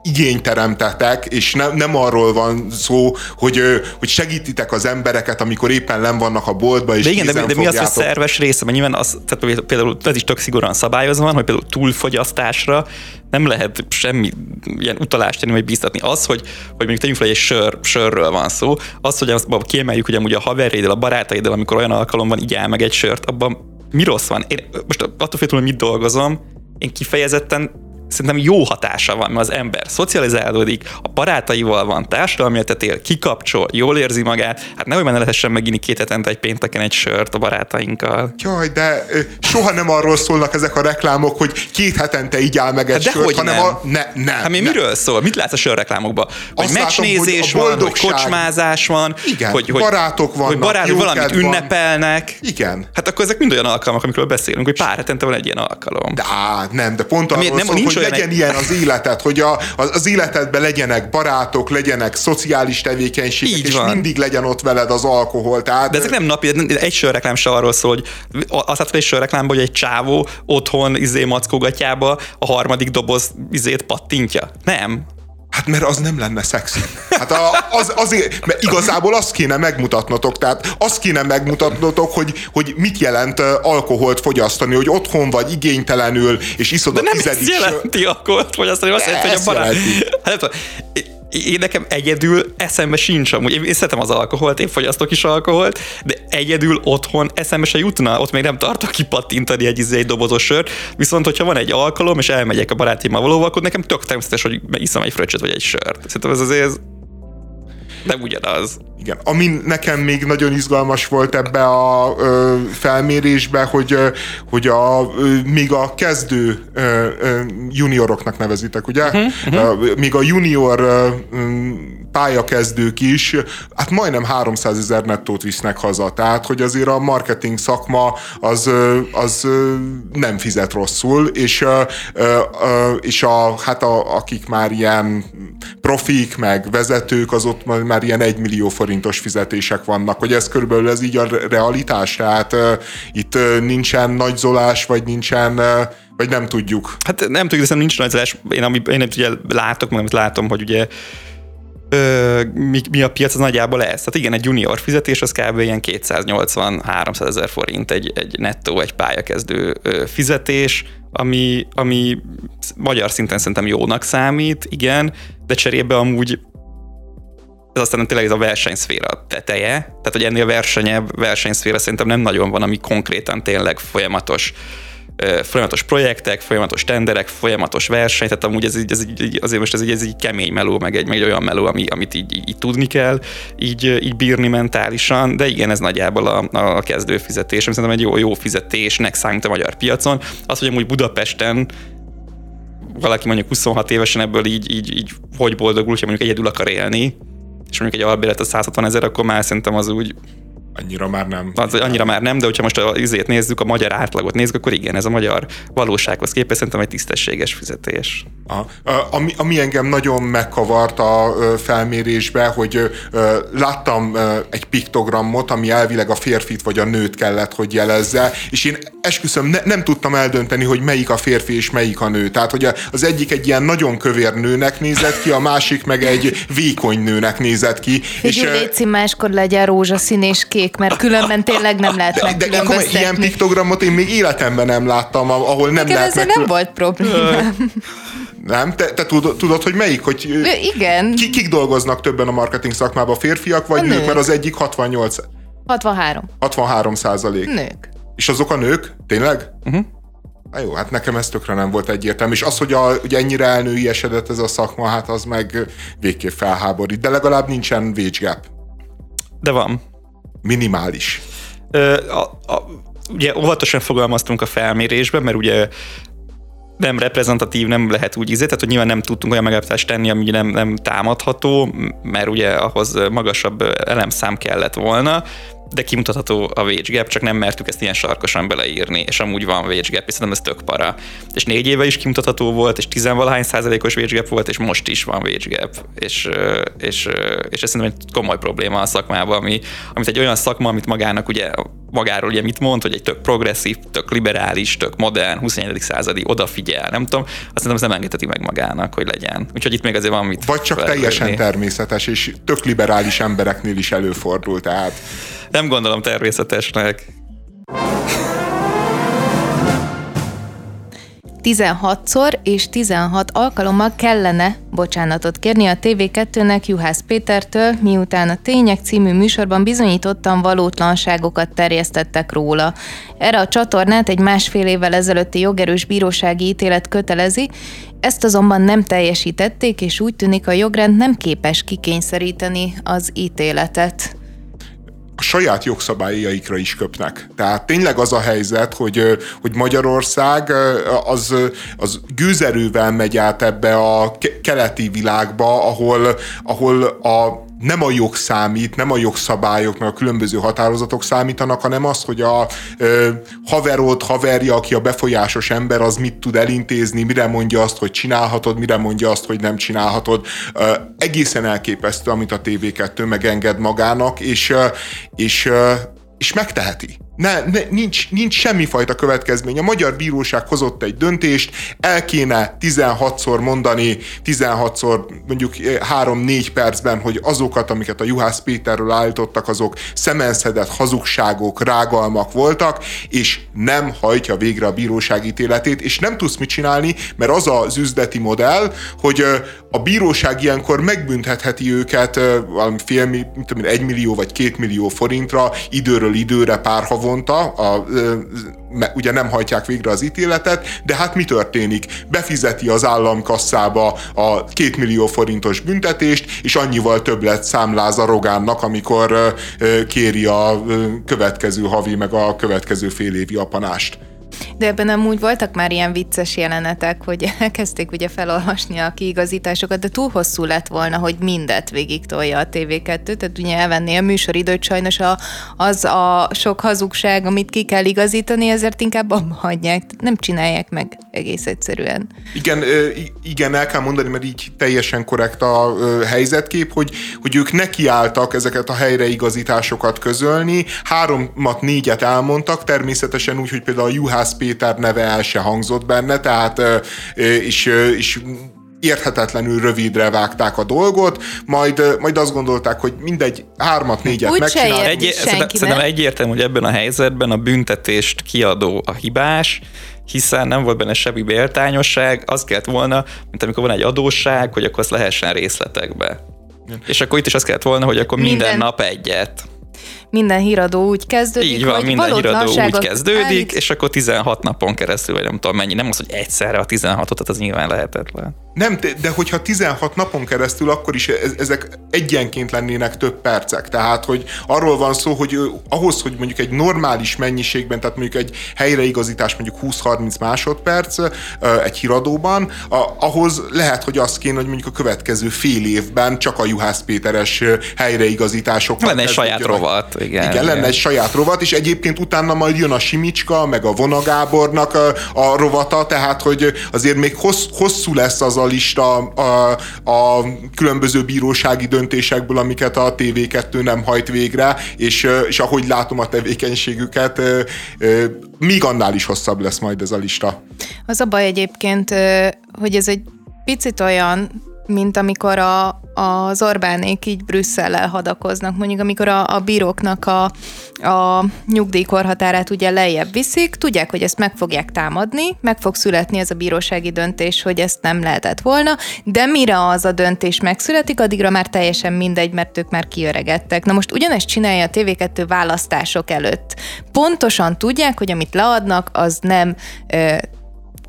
igényt teremtetek, és nem arról van szó, hogy segítitek az embereket, amikor éppen nem vannak a boltba, és de igen, de mi az a szerves része? Mert nyilván tehát például ez is tök szigorúan szabályozva van, hogy például túlfogyasztásra nem lehet semmi ilyen utalást tenni, vagy bíztatni. Az, hogy mondjuk tegyünk fel, egy sörről van szó, az, hogy azt kiemeljük, hogy amúgy a haverjaiddal, a barátaiddal, amikor olyan alkalom van, így áll meg egy sört, abban mi rossz van? Én most attól függően, hogy mit dolgozom, én kifejezetten szerintem jó hatása van, mert az ember szocializálódik, a barátaival van, társadalmi életet él, kikapcsol, jól érzi magát, hát nehogy már ne lehessen meginni 2 hetente egy pénteken egy sört a barátainkkal. Jaj, de soha nem arról szólnak ezek a reklámok, hogy 2 hetente így áll meg egy sört, hanem nem. Hát miről szól? Mit látsz a sörreklámokban? Hogy meccsnézés van, hogy kocsmázás van, igen, hogy barátok vannak, hogy valamit ünnepelnek. Igen. Hát akkor ezek mind olyan alkalmak, amikről beszélünk, hogy pár hetente van egy ilyen alkalom. De pont arról szól, hogy legyen ilyen az életed, hogy az életedben legyenek barátok, legyenek szociális tevékenységek, és mindig legyen ott veled az alkohol. Tehát... De ezek nem napi, egy sörreklám se arról szól, hogy azt látod egy sörreklámban, hogy egy csávó otthon mackógatjába a 3. doboz pattintja. Nem. Hát mert az nem lenne szexi. Hát azért, mert igazából azt kéne megmutatnotok, tehát azt kéne megmutatnotok, hogy mit jelent alkoholt fogyasztani, hogy otthon vagy igénytelenül, és iszod a 10. De nem ezt jelenti alkoholt fogyasztani, azt jelenti, hogy a barát... Én nekem egyedül eszembe sincs amúgy. Én szeretem az alkoholt, én fogyasztok is alkoholt, de egyedül otthon eszembe se jutna, ott még nem tartok kipattintani egy dobozos sört, viszont hogyha van egy alkalom, és elmegyek a barátimmal valóval, akkor nekem tök természetes, hogy iszom egy fröccsöt vagy egy sört. Szerintem ez azért nem ugyanaz. Igen, ami nekem még nagyon izgalmas volt ebbe a felmérésbe, hogy még a kezdő junioroknak nevezitek, ugye? Még a junior pályakezdők is, hát majdnem 300 000 nettót visznek haza. Tehát, hogy azért a marketing szakma az nem fizet rosszul, és akik már ilyen profik, meg vezetők, az ott már ilyen 1 millió forintos fizetések vannak, hogy ez körülbelül ez így a realitás, tehát itt nincsen nagyzolás, vagy nincsen, vagy nem tudjuk. Hát nem tudjuk, de nincs nagyzolás. Én ugye látok, meg amit látom, hogy ugye mi a piac, az nagyjából ez. Tehát igen, egy junior fizetés az kb. Ilyen 280-300 000 forint egy nettó, egy pályakezdő fizetés, ami magyar szinten szerintem jónak számít, igen, de cserébe amúgy ez aztán tényleg ez a versenyszféra teteje, tehát hogy ennél versenyszféra szerintem nem nagyon van, ami konkrétan tényleg folyamatos projektek, folyamatos tenderek, folyamatos verseny, tehát amúgy azért most ez egy kemény meló, meg egy olyan meló, amit így tudni kell, így bírni mentálisan, de igen, ez nagyjából a kezdő fizetés, ami szerintem egy jó fizetésnek számít a magyar piacon. Az, hogy amúgy Budapesten valaki mondjuk 26 évesen ebből így hogy boldogul, hogyha mondjuk egyedül akar élni, és mondjuk egy albérlet a 160 000, akkor már szerintem az úgy annyira már nem. Annyira már nem, de hogyha most nézzük, a magyar átlagot nézzük, akkor igen, ez a magyar valósághoz képest szerintem egy tisztességes fizetés. Ami engem nagyon megkavart a felmérésbe, hogy láttam egy piktogramot, ami elvileg a férfit vagy a nőt kellett, hogy jelezze, és én esküszöm, nem tudtam eldönteni, hogy melyik a férfi és melyik a nő. Tehát, hogy az egyik egy ilyen nagyon kövér nőnek nézett ki, a másik meg egy vékony nőnek nézett ki. Figyelj, léci, máskor legyen rózsaszín és kék, mert különben tényleg nem lehet megkülönböztetni. De ilyen piktogramot én még életemben nem láttam, ahol nem lehet ezzel nem volt probléma. Nem? Te tudod, hogy melyik? Hogy igen. Kik dolgoznak többen a marketing szakmában? Férfiak vagy nők? Mert az egyik 68. 63%. Nők. És azok a nők? Tényleg? Na jó, hát nekem ez tökre nem volt egyértelmű. És az, hogy ennyire elnőiesedett ez a szakma, hát az meg végképp felháborít. De legalább nincsen wage gap. De van. Minimális. Ugye óvatosan fogalmaztunk a felmérésben, mert ugye nem reprezentatív, nem lehet úgy tehát hogy nyilván nem tudtunk olyan megállapítást tenni, ami nem támadható, mert ugye ahhoz magasabb elemszám kellett volna, de kimutatható a wage gap, csak nem mertük ezt ilyen sarkosan beleírni, és amúgy van wage gap, és szerintem ez tök para. És 4 éve is kimutatható volt, és 10-valahány % wage gap volt, és most is van wage gap. És ez szerintem egy komoly probléma a szakmában, amit egy olyan szakma, amit magáról ugye mit mond, hogy egy tök progresszív, tök liberális, tök modern, 21. századi, odafigyel, nem tudom, azt szerintem ez nem engedheti meg magának, hogy legyen. Úgyhogy itt még azért van mit. Vagy csak teljesen természetes, és tök liberális embereknél is előfordul, tehát. Nem gondolom természetesnek. 16-szor és 16 alkalommal kellene bocsánatot kérni a TV2-nek Juhász Pétertől, miután a Tények című műsorban bizonyítottan valótlanságokat terjesztettek róla. Erre a csatornát egy 1,5 évvel ezelőtti jogerős bírósági ítélet kötelezi, ezt azonban nem teljesítették, és úgy tűnik, a jogrend nem képes kikényszeríteni az ítéletet. A saját jogszabályaikra is köpnek. Tehát tényleg az a helyzet, hogy Magyarország az gőzerővel megy át ebbe a keleti világba, ahol nem a jog számít, nem a jogszabályok, meg a különböző határozatok számítanak, hanem az, hogy a haverja, aki a befolyásos ember, az mit tud elintézni, mire mondja azt, hogy csinálhatod, mire mondja azt, hogy nem csinálhatod. Egészen elképesztő, amit a TV2 megenged magának, és megteheti. Nincs semmifajta következmény. A magyar bíróság hozott egy döntést, el kéne 16-szor mondani, 16-szor mondjuk 3-4 percben, hogy azokat, amiket a Juhász Péterről állítottak, azok szemenszedett hazugságok, rágalmak voltak, és nem hajtja végre a bíróság ítéletét, és nem tudsz mit csinálni, mert az az üzleti modell, hogy a bíróság ilyenkor megbüntetheti őket valami 1 millió vagy 2 millió forintra, időről időre, pár havonta, ugye nem hajtják végre az ítéletet, de hát mi történik? Befizeti az államkasszába a 2 millió forintos büntetést, és annyival többlet számláz a Rogánnak, amikor kéri a következő havi, meg a következő fél évi apanást. De ebben amúgy voltak már ilyen vicces jelenetek, hogy elkezdték ugye felolvasni a kiigazításokat, de túl hosszú lett volna, hogy mindet végig tolja a TV2, tehát ugye elvenné a műsoridőt, sajnos az a sok hazugság, amit ki kell igazítani, ezért inkább abba hagyják, nem csinálják meg egész egyszerűen. Igen, el kell mondani, mert így teljesen korrekt a helyzetkép, hogy ők nekiálltak ezeket a helyreigazításokat közölni, 3-4 elmondtak, természetesen úgy, hogy például a Juhász Péter neve el se hangzott benne, tehát és érthetetlenül rövidre vágták a dolgot, majd azt gondolták, hogy mindegy, 3-4 megcsinálják. Szerintem egyértelmű, hogy ebben a helyzetben a büntetést kiadó a hibás, hiszen nem volt benne semmi méltányosság, az kellett volna, mint amikor van egy adósság, hogy akkor azt lehessen részletekbe. És akkor itt is azt kellett volna, hogy akkor minden nap egyet. Minden híradó úgy kezdődik, így van, minden híradó úgy kezdődik, és akkor 16 napon keresztül, vagy nem tudom mennyi, nem az, hogy egyszerre a 16-ot, az nyilván lehetetlen. Nem, de hogyha 16 napon keresztül, akkor is ezek egyenként lennének több percek. Tehát, hogy arról van szó, hogy ahhoz, hogy mondjuk egy normális mennyiségben, tehát mondjuk egy helyreigazítás mondjuk 20-30 másodperc egy híradóban, ahhoz lehet, hogy az kéne, hogy mondjuk a következő fél évben csak a Juhász Péteres helyreigazításokkal. Lenne egy saját rovat. Igen, lenne egy saját rovat, és egyébként utána majd jön a Simicska, meg a Vona Gábornak a rovata, tehát, hogy azért még hosszú lesz az a lista a különböző bírósági döntésekből, amiket a TV2 nem hajt végre, és ahogy látom a tevékenységüket, még annál is hosszabb lesz majd ez a lista. Az a baj egyébként, hogy ez egy picit olyan, mint amikor az Orbánék így Brüsszellel hadakoznak. Mondjuk amikor a bíróknak a nyugdíjkorhatárát ugye lejjebb viszik, tudják, hogy ezt meg fogják támadni, meg fog születni ez a bírósági döntés, hogy ezt nem lehetett volna, de mire az a döntés megszületik, addigra már teljesen mindegy, mert ők már kiöregedtek. Na most ugyanezt csinálja a TV2 választások előtt. Pontosan tudják, hogy amit leadnak, az nem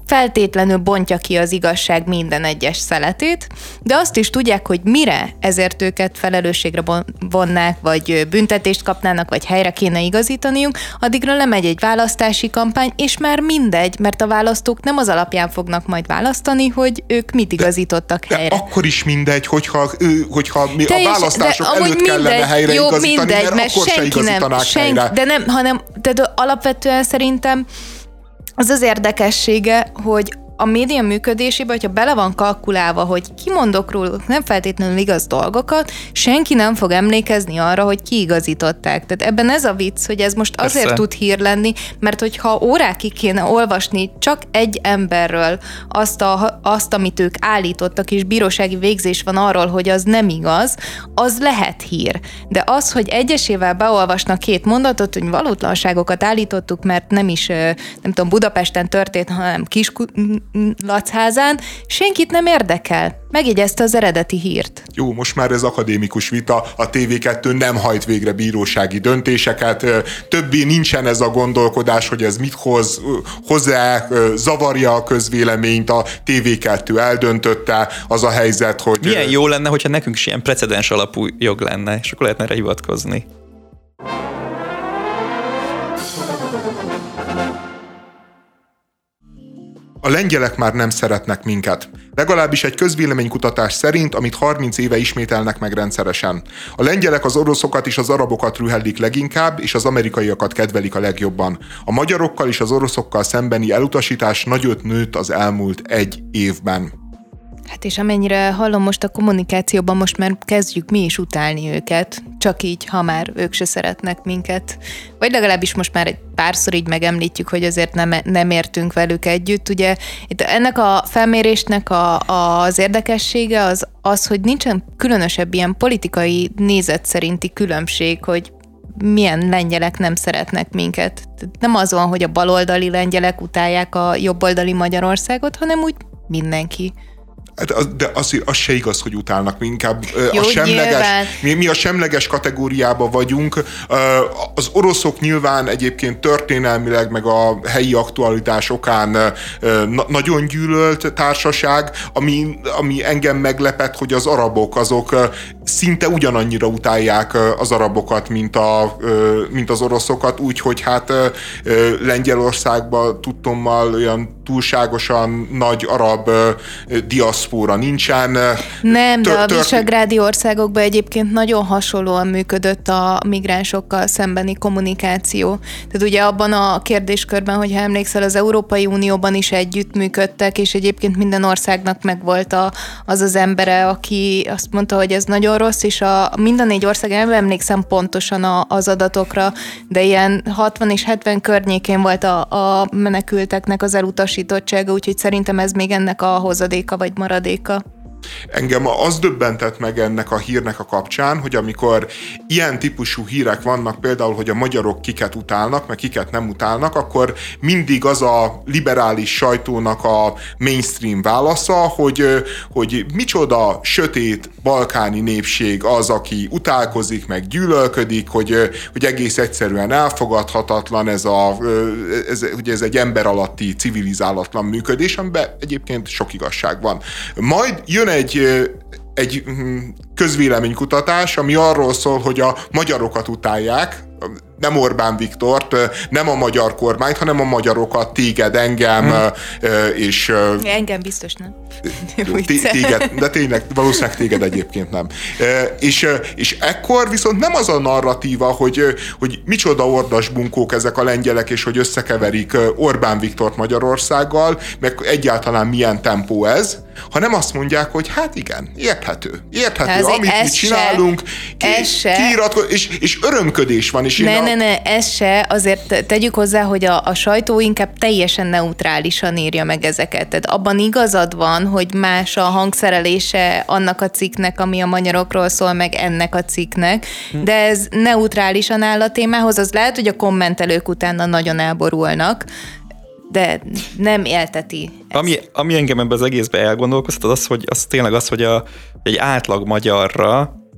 feltétlenül bontja ki az igazság minden egyes szeletét, de azt is tudják, hogy mire ezért őket felelősségre vonnák, vagy büntetést kapnának, vagy helyre kéne igazítaniuk, addigra lemegy egy választási kampány, és már mindegy, mert a választók nem az alapján fognak majd választani, hogy ők mit igazítottak helyre. De akkor is mindegy, hogyha mi a választások előtt kellene helyre igazítani, mert akkor se igazítanák helyre. De alapvetően szerintem az érdekessége, hogy a média működésében, hogyha bele van kalkulálva, hogy kimondok róluk nem feltétlenül igaz dolgokat, senki nem fog emlékezni arra, hogy kiigazították. Tehát ebben ez a vicc, hogy ez most azért tud hír lenni, mert hogyha órákig kéne olvasni csak egy emberről azt, amit ők állítottak, és bírósági végzés van arról, hogy az nem igaz, az lehet hír. De az, hogy egyesével beolvasnak 2 mondatot, hogy valótlanságokat állítottuk, mert nem is, nem tudom, Budapesten történt, hanem Lacházán, senkit nem érdekel. Megjegyezte az eredeti hírt. Jó, most már ez akadémikus vita, a TV2 nem hajt végre bírósági döntéseket, többé nincsen ez a gondolkodás, hogy ez mit hoz hozzá, zavarja a közvéleményt, a TV2 eldöntötte, az a helyzet, hogy... Milyen jó lenne, hogyha nekünk is ilyen precedens alapú jog lenne, és akkor lehetne erre hivatkozni. A lengyelek már nem szeretnek minket. Legalábbis egy közvéleménykutatás szerint, amit 30 éve ismételnek meg rendszeresen. A lengyelek az oroszokat és az arabokat rühellik leginkább, és az amerikaiakat kedvelik a legjobban. A magyarokkal és az oroszokkal szembeni elutasítás nagyot nőtt az elmúlt 1 évben. Hát és amennyire hallom most a kommunikációban, most már kezdjük mi is utálni őket, csak így, ha már ők se szeretnek minket. Vagy legalábbis most már egy párszor így megemlítjük, hogy azért nem értünk velük együtt. Ugye itt ennek a felmérésnek az érdekessége az, hogy nincsen különösebb ilyen politikai nézet szerinti különbség, hogy milyen lengyelek nem szeretnek minket. Nem az van, hogy a baloldali lengyelek utálják a jobboldali Magyarországot, hanem úgy mindenki. De az se igaz, hogy utálnak, mi inkább jó, a semleges, mi a semleges kategóriában vagyunk. Az oroszok nyilván egyébként történelmileg, meg a helyi aktualitás okán nagyon gyűlölt társaság, ami engem meglepett, hogy az arabok azok szinte ugyanannyira utálják az arabokat, mint az oroszokat, úgyhogy hát Lengyelországban tudtommal olyan túlságosan nagy arab diaszpóra nincsen. Nem, de a visegrádi országokban egyébként nagyon hasonlóan működött a migránsokkal szembeni kommunikáció. Tehát ugye abban a kérdéskörben, hogyha emlékszel, az Európai Unióban is együttműködtek, és egyébként minden országnak megvolt az embere, aki azt mondta, hogy ez nagyon rossz, és mind a 4 ország, nem emlékszem pontosan az adatokra, de ilyen 60 és 70 környékén volt a menekülteknek az elutasítottsága, úgyhogy szerintem ez még ennek a hozadéka vagy maradéka. Engem az döbbentett meg ennek a hírnek a kapcsán, hogy amikor ilyen típusú hírek vannak, például, hogy a magyarok kiket utálnak, meg kiket nem utálnak, akkor mindig az a liberális sajtónak a mainstream válasza, hogy micsoda sötét balkáni népség az, aki utálkozik, meg gyűlölködik, hogy egész egyszerűen elfogadhatatlan hogy ez egy ember alatti civilizálatlan működés, amiben egyébként sok igazság van. Majd jön egy közvéleménykutatás, ami arról szól, hogy a magyarokat utálják, nem Orbán Viktort, nem a magyar kormányt, hanem a magyarokat, téged, engem, és... Engem biztos nem. Téged, de tényleg, valószínűleg téged egyébként nem. És ekkor viszont nem az a narratíva, hogy micsoda ordas bunkók ezek a lengyelek, és hogy összekeverik Orbán Viktort Magyarországgal, meg egyáltalán milyen tempó ez, hanem azt mondják, hogy hát igen, érthető, amit mi csinálunk, és örömködés van. És ez se, azért tegyük hozzá, hogy a sajtó inkább teljesen neutrálisan írja meg ezeket. Tehát abban igazad van, hogy más a hangszerelése annak a cikknek, ami a magyarokról szól, meg ennek a cikknek, de ez neutrálisan áll a témához. Az lehet, hogy a kommentelők utána nagyon elborulnak, de nem élteti. Ami engem ebben az egészben elgondolkoztat, az tényleg az, hogy egy átlag magyarra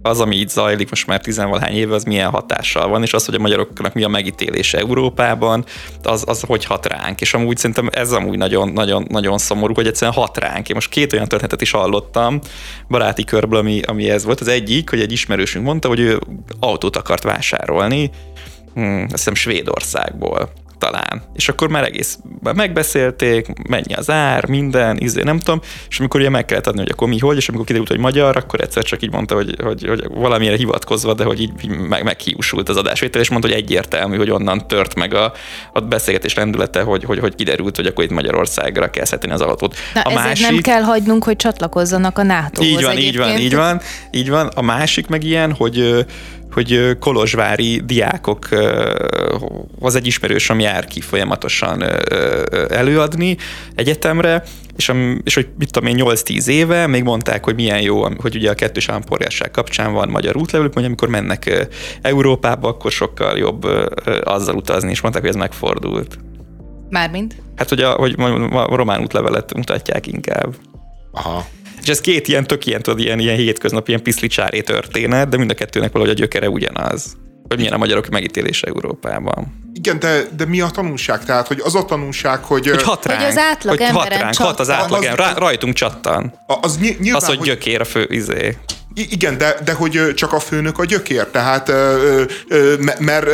az, ami itt zajlik most már 10-valahány éve, az milyen hatással van, és az, hogy a magyaroknak mi a megítélése Európában, az hogy hat ránk. És amúgy szerintem ez amúgy nagyon szomorú, hogy egyszerűen hat ránk. Én most 2 olyan történetet is hallottam baráti körből, ami ez volt. Az egyik, hogy egy ismerősünk mondta, hogy ő autót akart vásárolni, azt hiszem Svédországból talán. És akkor már egész megbeszélték, mennyi az ár, minden, nem tudom, és amikor ugye meg kellett adni, hogy akkor mi, hogy, és amikor kiderült, hogy magyar, akkor egyszer csak így mondta, hogy valamire hivatkozva, de hogy így meghiúsult az adásvétel, és mondta, hogy egyértelmű, hogy onnan tört meg a beszélgetés lendülete, hogy kiderült, hogy akkor itt Magyarországra kell szedni az autót. Na, ezért másik... nem kell hagynunk, hogy csatlakozzanak a NATO-hoz. Így van. A másik meg ilyen, hogy kolozsvári diákok, az egy ismerősöm jár ki folyamatosan előadni egyetemre, és hogy mit tudom én, 8-10 éve még mondták, hogy milyen jó, hogy ugye a 2. állampolgárság kapcsán van magyar útlevelük, hogy amikor mennek Európába, akkor sokkal jobb azzal utazni, és mondták, hogy ez megfordult. Mármint? Hát, hogy a román útlevelet mutatják inkább. Aha. És ez 2 ilyen hétköznapi, ilyen piszlicsári történet, de mind a 2-nek valahogy a gyökere ugyanaz. Hogy milyen a magyarok megítélése Európában. Igen, de mi a tanulság? Tehát, hogy az a tanulság, hogy hat ránk, hogy az átlag emberen csattan. Hat az átlag rajtunk csattan. Nyilván, hogy gyökér a fő izé. Igen, de hogy csak a főnök a gyökér, tehát mert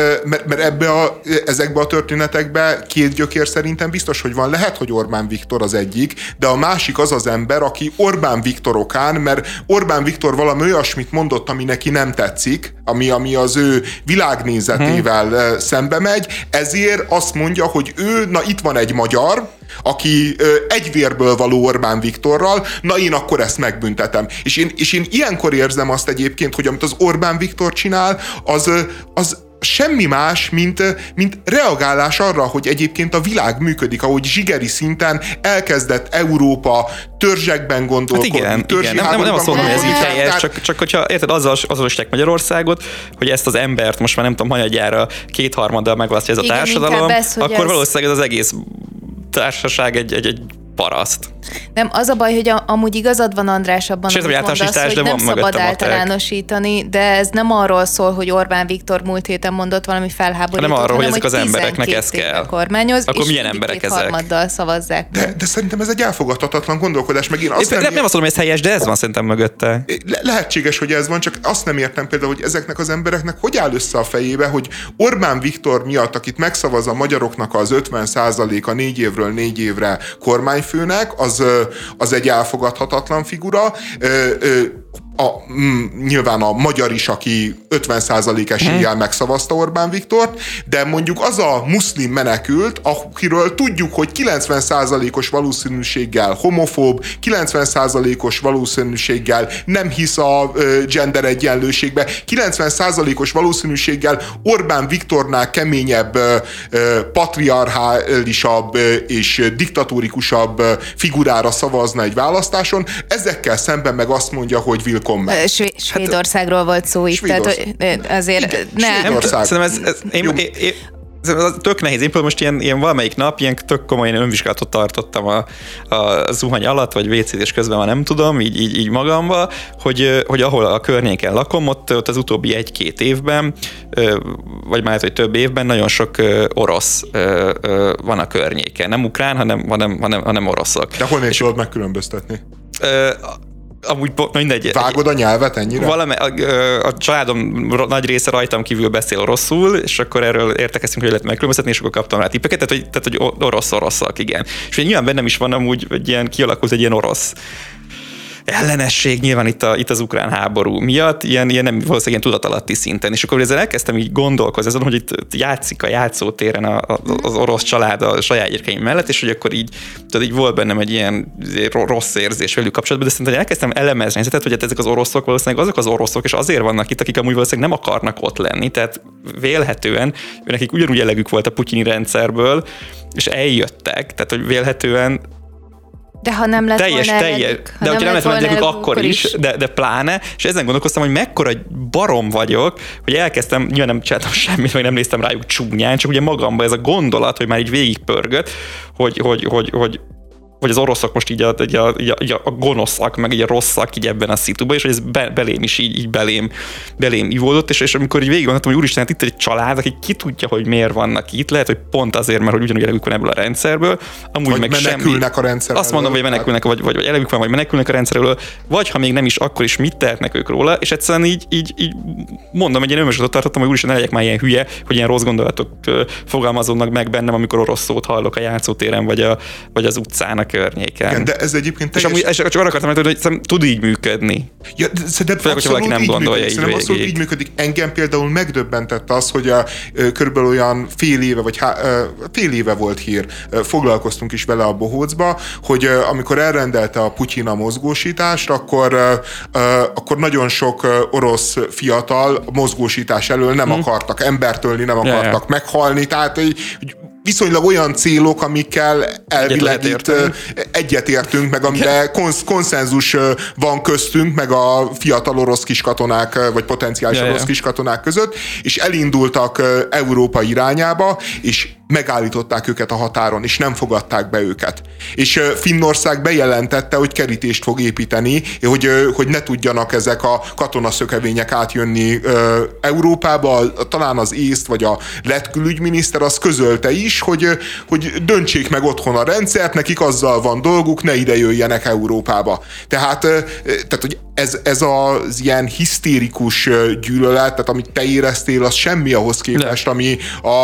ezekbe a történetekbe 2 gyökér szerintem biztos, hogy van. Lehet, hogy Orbán Viktor az egyik, de a másik az az ember, aki Orbán Viktor okán, mert Orbán Viktor valami olyasmit mondott, ami neki nem tetszik, ami az ő világnézetével szembe megy, ezért azt mondja, hogy na itt van egy magyar, aki egy vérből való Orbán Viktorral, na én akkor ezt megbüntetem. És én ilyenkor érzem azt egyébként, hogy amit az Orbán Viktor csinál, az semmi más, mint reagálás arra, hogy egyébként a világ működik, ahogy zsigeri szinten elkezdett Európa törzsekben gondolkodni. Hát igen. Nem azt mondom, hogy ez így helyes, csak hogyha érted, azonosítják Magyarországot, hogy ezt az embert most már nem tudom, hanyadjára 2/3 megválasztja ez a társadalom, akkor valószínűleg ez az egész társaság egy paraszt. Nem, az a baj, hogy amúgy igazad van, András, abban, amit mondasz, hogy nem szabad általánosítani, de ez nem arról szól, hogy Orbán Viktor múlt héten mondott valami felháborítót, nem arról, hogy ezek az embereknek ez kell. Kormányoz, akkor milyen emberek ezek? Szavazzák. De szerintem ez egy elfogadhatatlan gondolkodás, meg én azt nem azt mondom, hogy ez helyes, de ez van szerintem mögötte. Lehetséges, hogy ez van, csak azt nem értem például, hogy ezeknek az embereknek hogy áll össze a fejébe, hogy Orbán Viktor miatt, akit megszavaz a magyaroknak az 50%-a 4 évről 4 évre kormányfőnek, az egy elfogadhatatlan figura. Nyilván a magyar is, aki 50% eséllyel megszavazta Orbán Viktort, de mondjuk az a muszlim menekült, akiről tudjuk, hogy 90%-os valószínűséggel homofób, 90%-os valószínűséggel nem hisz a gender egyenlőségbe, 90%-os valószínűséggel Orbán Viktornál keményebb, patriarchálisabb és diktatórikusabb figurára szavazna egy választáson, ezekkel szemben meg azt mondja, hogy Svédországról volt szó itt, tehát azért nem. Ez tök nehéz. Én most ilyen valamelyik nap ilyen tök komolyan önvizsgálatot tartottam a zuhany alatt, vagy WC-zés közben, már nem tudom, így magamba, hogy ahol a környéken lakom, ott az utóbbi 1-2 évben, vagy már hogy több évben nagyon sok orosz van a környéken. Nem ukrán, hanem oroszok. De hol még tudod megkülönböztetni? Amúgy mindegy. Vágod a nyelvet ennyire? A családom nagy része rajtam kívül beszél oroszul, és akkor erről értekeztünk, hogy lehet megkülönböztetni, és akkor kaptam rá tippeket, tehát hogy oroszak, igen. És nyilván bennem is van amúgy kialakult egy ilyen orosz ellenesség nyilván itt az ukrán háború miatt, ilyen nem valószínűleg ilyen tudatalatti szinten. És akkor ezzel elkezdtem így gondolkozni azon, hogy itt játszik a játszótéren az orosz család a saját gyerkeim mellett, és hogy akkor így volt bennem egy ilyen rossz érzés velük kapcsolatban, de szerintem elkezdtem elemezni helyzetet, hogy ezek az oroszok valószínűleg azok az oroszok, és azért vannak itt, akik amúgy valószínűleg nem akarnak ott lenni, tehát vélhetően nekik ugyanúgy elegük volt a putyini rendszerből, és eljöttek, tehát hogy vélhetően de ha nem lett volna elegük, de hogyha nem lett volna elegük akkor is, de pláne, és ezen gondolkoztam, hogy mekkora barom vagyok, hogy elkezdtem, nyilván nem csináltam semmit, vagy nem néztem rájuk csúnyán, csak ugye magamban ez a gondolat, hogy már így végigpörgött, hogy vagy az oroszok most így a gonoszak, meg így a rosszak így ebben a szituban, és hogy ez belém is így belém ivódott, és amikor így végig gondoltam, hogy úristen, hát itt egy család, aki ki tudja, hogy miért vannak itt, lehet, hogy pont azért, mert hogy ugyanúgy elegük van ebből a rendszerből, amúgy vagy meg menekülnek a rendszerből. Azt mondom, hogy menekülnek, vagy elegük van, vagy menekülnek a rendszerből, vagy ha még nem is, akkor is mit tehetnek ők róla, és egyszerűen így mondom, hogy én önmagadat tartottam, hogy úristen, ne legyek már ilyen hülye, hogy ilyen rossz gondolatok fogalmazódnak meg bennem, amikor orosz szót hallok a játszótéren, vagy az utcán a környéken. Igen, de ez egyébként és csak arra akartam mondani, hogy tud így működni. Ja, de főleg, hogyha valaki nem gondolja így végig. Abszolút így működik. Engem például megdöbbentett az, hogy körülbelül olyan fél éve, vagy fél éve volt hír, foglalkoztunk is vele a bohócba, hogy amikor elrendelte a Putyin a mozgósítást, akkor nagyon sok orosz fiatal mozgósítás elől nem akartak embertölni, nem akartak meghalni, tehát viszonylag olyan célok, amikkel elvileg itt egyetértünk, meg amire konszenzus van köztünk, meg a fiatal orosz kiskatonák, vagy potenciális orosz kiskatonák között, és elindultak Európa irányába, és megállították őket a határon, és nem fogadták be őket. És Finnország bejelentette, hogy kerítést fog építeni, hogy ne tudjanak ezek a katonaszökevények átjönni Európába. Talán az észt, vagy a lett külügyminiszter az közölte is, hogy döntsék meg otthon a rendszert, nekik azzal van dolguk, ne ide jöjjenek Európába. Tehát hogy ez az ilyen hisztérikus gyűlölet, tehát amit te éreztél, az semmi ahhoz képest, ami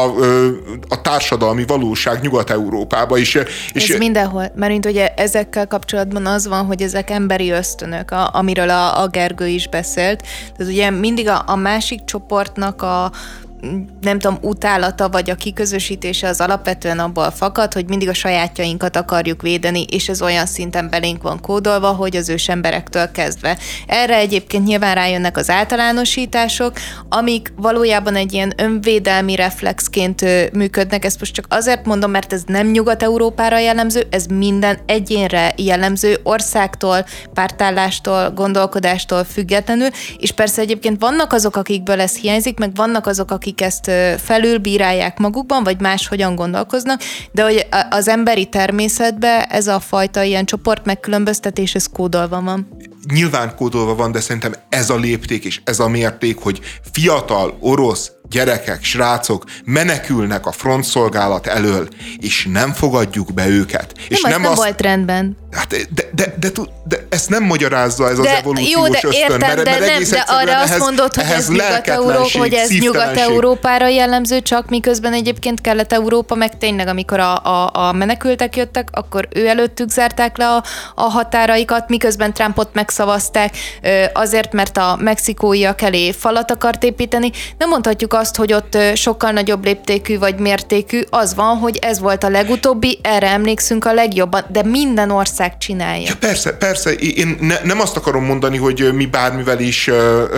a társadalmi valóság Nyugat-Európában is. Ez mindenhol, mert ugye ezekkel kapcsolatban az van, hogy ezek emberi ösztönök, amiről a Gergő is beszélt. Tehát ugye mindig a másik csoportnak nem tudom, utálata vagy a kiközösítése az alapvetően abból fakad, hogy mindig a sajátjainkat akarjuk védeni, és ez olyan szinten belénk van kódolva, hogy az ősemberektől kezdve. Erre egyébként nyilván rájönnek az általánosítások, amik valójában egy ilyen önvédelmi reflexként működnek. Ezt most csak azért mondom, mert ez nem Nyugat-Európára jellemző, ez minden egyénre jellemző, országtól, pártállástól, gondolkodástól függetlenül, és persze egyébként vannak azok, akikből ez hiányzik, meg vannak azok, akik ezt felülbírálják magukban, vagy máshogyan gondolkoznak, de hogy az emberi természetben ez a fajta ilyen csoport megkülönböztetés, ez kódolva van. Nyilván kódolva van, de szerintem ez a lépték és ez a mérték, hogy fiatal orosz gyerekek, srácok menekülnek a frontszolgálat elől, és nem fogadjuk be őket. És nem volt rendben. Hát, de ezt nem magyarázza ez az evolúciós ösztön, mert egész de arra azt mondod, hogy ez Nyugat-Európára jellemző, csak miközben egyébként Kelet-Európa, meg tényleg, amikor a menekültek jöttek, akkor ő előttük zárták le a határaikat, miközben Trumpot megszavazták azért, mert a mexikóiak elé falat akart építeni. Nem mondhatjuk azt, hogy ott sokkal nagyobb léptékű vagy mértékű, az van, hogy ez volt a legutóbbi, erre emlékszünk a legjobban, de minden ország csinálja. Ja, persze, én nem azt akarom mondani, hogy mi bármivel is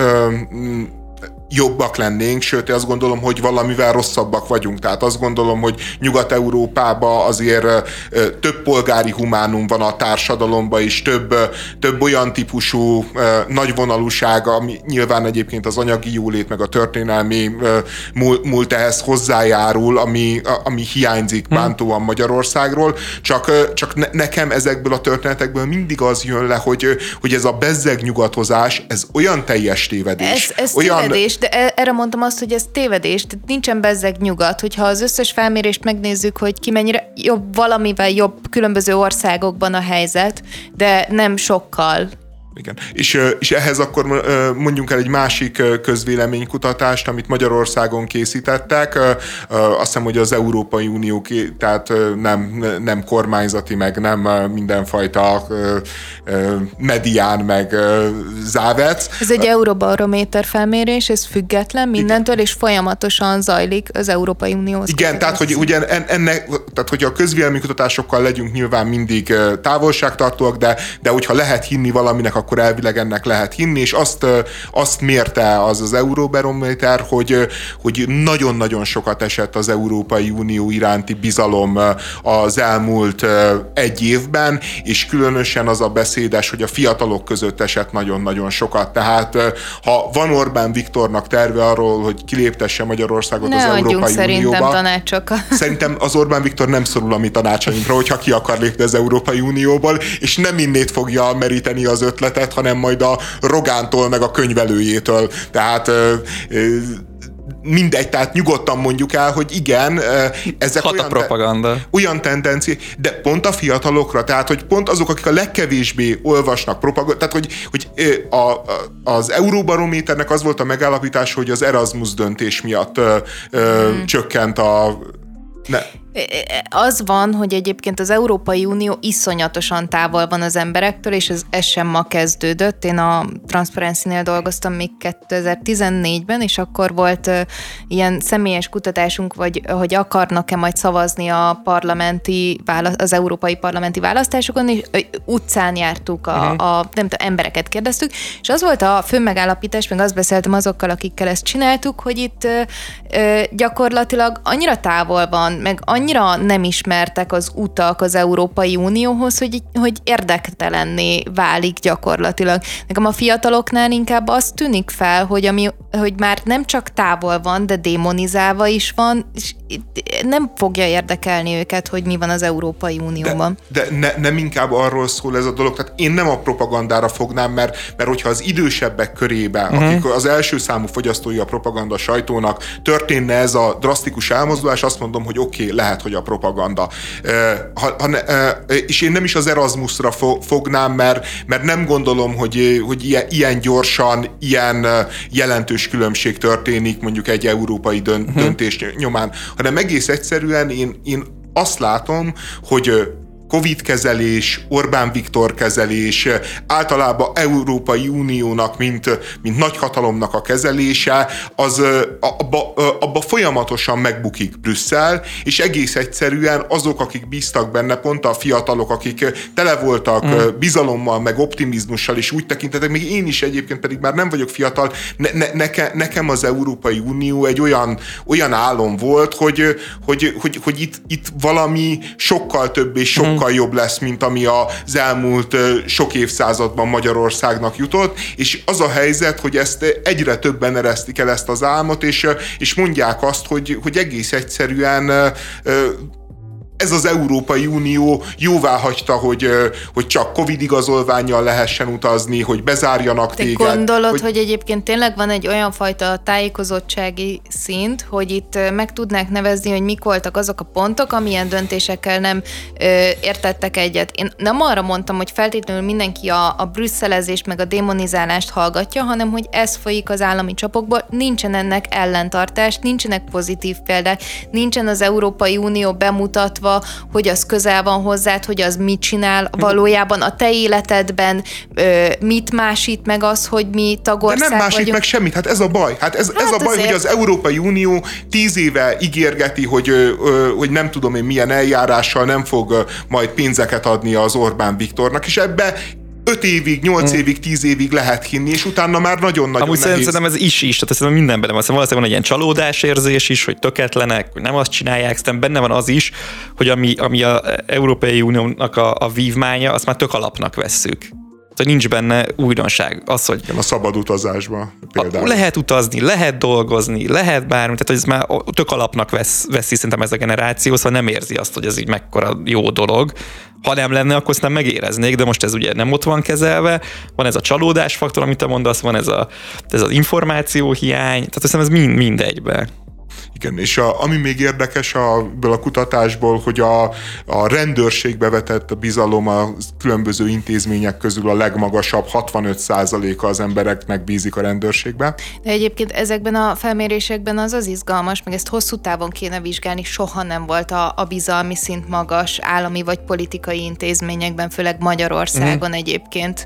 jobbak lennénk, sőt, azt gondolom, hogy valamivel rosszabbak vagyunk. Tehát azt gondolom, hogy Nyugat-Európában azért több polgári humánum van a társadalomban, és több olyan típusú nagyvonalúság, ami nyilván egyébként az anyagi jólét, meg a történelmi múlt ehhez hozzájárul, ami hiányzik bántóan Magyarországról. Csak nekem ezekből a történetekből mindig az jön le, hogy ez a bezzeg nyugatozás, ez olyan teljes tévedés. Ez tévedés, de erre mondtam azt, hogy ez tévedés, tehát nincsen bezzeg nyugat, hogyha az összes felmérést megnézzük, hogy ki mennyire jobb, valamivel jobb különböző országokban a helyzet, de nem sokkal. Igen. És ehhez akkor mondjunk el egy másik közvéleménykutatást, amit Magyarországon készítettek. Azt hiszem, hogy az Európai Unió, tehát nem kormányzati, meg nem mindenfajta medián, meg závec. Ez egy Eurobarométer felmérés, ez független mindentől, és folyamatosan zajlik az Európai Unióhoz. Igen, tehát hogy a közvéleménykutatásokkal legyünk nyilván mindig távolságtartóak, de hogyha lehet hinni valaminek a akkor elvileg ennek lehet hinni, és azt mérte az Euróbarométer, hogy nagyon-nagyon sokat esett az Európai Unió iránti bizalom az elmúlt egy évben, és különösen az a beszédes, hogy a fiatalok között esett nagyon-nagyon sokat. Tehát ha van Orbán Viktornak terve arról, hogy kiléptesse Magyarországot az Európai Unióba, szerintem az Orbán Viktor nem szorul a mi tanácsainkra, hogyha ki akar lépni az Európai Unióból, és nem innét fogja meríteni az ötletet, hanem majd a Rogántól meg a könyvelőjétől. Tehát mindegy, tehát nyugodtan mondjuk el, hogy igen, ezek olyan tendenciák, de pont a fiatalokra, tehát hogy pont azok, akik a legkevésbé olvasnak propagandát, tehát hogy az Euróbarométernek az volt a megállapítás, hogy az Erasmus döntés miatt csökkent Az van, hogy egyébként az Európai Unió iszonyatosan távol van az emberektől, és ez sem ma kezdődött. Én a Transparency-nél dolgoztam még 2014-ben, és akkor volt ilyen személyes kutatásunk, hogy akarnak-e majd szavazni az európai parlamenti választásokon, és utcán jártuk, nem tudom, embereket kérdeztük, és az volt a fő megállapítás, meg azt beszéltem azokkal, akikkel ezt csináltuk, hogy itt gyakorlatilag annyira távol van, meg annyira nem ismertek az utak az Európai Unióhoz, hogy érdektelenné válik gyakorlatilag. Nekem a fiataloknál inkább az tűnik fel, hogy már nem csak távol van, de démonizálva is van, és nem fogja érdekelni őket, hogy mi van az Európai Unióban. De nem inkább arról szól ez a dolog, tehát én nem a propagandára fognám, mert hogyha az idősebbek körében, akik az első számú fogyasztói a propaganda sajtónak, történne ez a drasztikus elmozdulás, azt mondom, hogy oké, lehet, hogy a propaganda. És én nem is az Erasmusra fognám, mert nem gondolom, hogy ilyen gyorsan, ilyen jelentős különbség történik mondjuk egy európai döntés nyomán, hanem egész egyszerűen én azt látom, hogy Covid-kezelés, Orbán Viktor kezelés, általában Európai Uniónak, mint nagyhatalomnak a kezelése, az abba folyamatosan megbukik Brüsszel, és egész egyszerűen azok, akik bíztak benne, pont a fiatalok, akik tele voltak bizalommal, meg optimizmussal, és úgy tekintetek, még én is egyébként pedig már nem vagyok fiatal, nekem az Európai Unió egy olyan álom volt, hogy itt valami sokkal több és sokkal jobb lesz, mint ami az elmúlt sok évszázadban Magyarországnak jutott, és az a helyzet, hogy ezt egyre többen eresztik el ezt az álmot, és mondják azt, hogy egész egyszerűen ez az Európai Unió jóvá hagyta, hogy csak Covid igazolvánnyal lehessen utazni, hogy bezárjanak téged. Te gondolod, hogy egyébként tényleg van egy olyan fajta tájékozottsági szint, hogy itt meg tudnák nevezni, hogy mik voltak azok a pontok, amilyen döntésekkel nem értettek egyet. Én nem arra mondtam, hogy feltétlenül mindenki a brüsszelezést meg a démonizálást hallgatja, hanem hogy ez folyik az állami csapokból, nincsen ennek ellentartás, nincsenek pozitív példák, nincsen az Európai Unió bemutatva, hogy az közel van hozzád, hogy az mit csinál valójában a te életedben, mit másít meg az, hogy mi tagország vagyunk. De nem másít meg semmit, hát ez a baj. Ez a baj, hogy az Európai Unió 10 éve ígérgeti, hogy nem tudom én milyen eljárással nem fog majd pénzeket adni az Orbán Viktornak, és ebbe 5 évig, 8 évig, 10 évig lehet hinni, és utána már nagyon-nagyon nehéz. Amúgy szerintem ez is, tehát szerintem mindenben van. Valószínűleg van egy ilyen csalódásérzés is, hogy tökéletlenek, hogy nem azt csinálják, szerintem benne van az is, hogy ami az Európai Uniónak a vívmánya, azt már tök alapnak vesszük. Tehát nincs benne újdonság. Az, hogy a szabad utazásban például. Lehet utazni, lehet dolgozni, lehet bármi, tehát hogy ez már tök alapnak veszi szerintem ez a generáció, szóval nem érzi azt, hogy ez így mekkora jó dolog. Ha nem lenne, akkor aztán megéreznék, de most ez ugye nem ott van kezelve. Van ez a csalódásfaktor, amit te mondasz, van ez az információhiány, tehát hiszem ez mind egybe. Igen, és ami még érdekes ebből a kutatásból, hogy a rendőrségbe vetett bizalom a különböző intézmények közül a legmagasabb, 65%-a az embereknek bízik a rendőrségbe. De egyébként ezekben a felmérésekben az izgalmas, meg ezt hosszú távon kéne vizsgálni, soha nem volt a bizalmi szint magas állami vagy politikai intézményekben, főleg Magyarországon egyébként.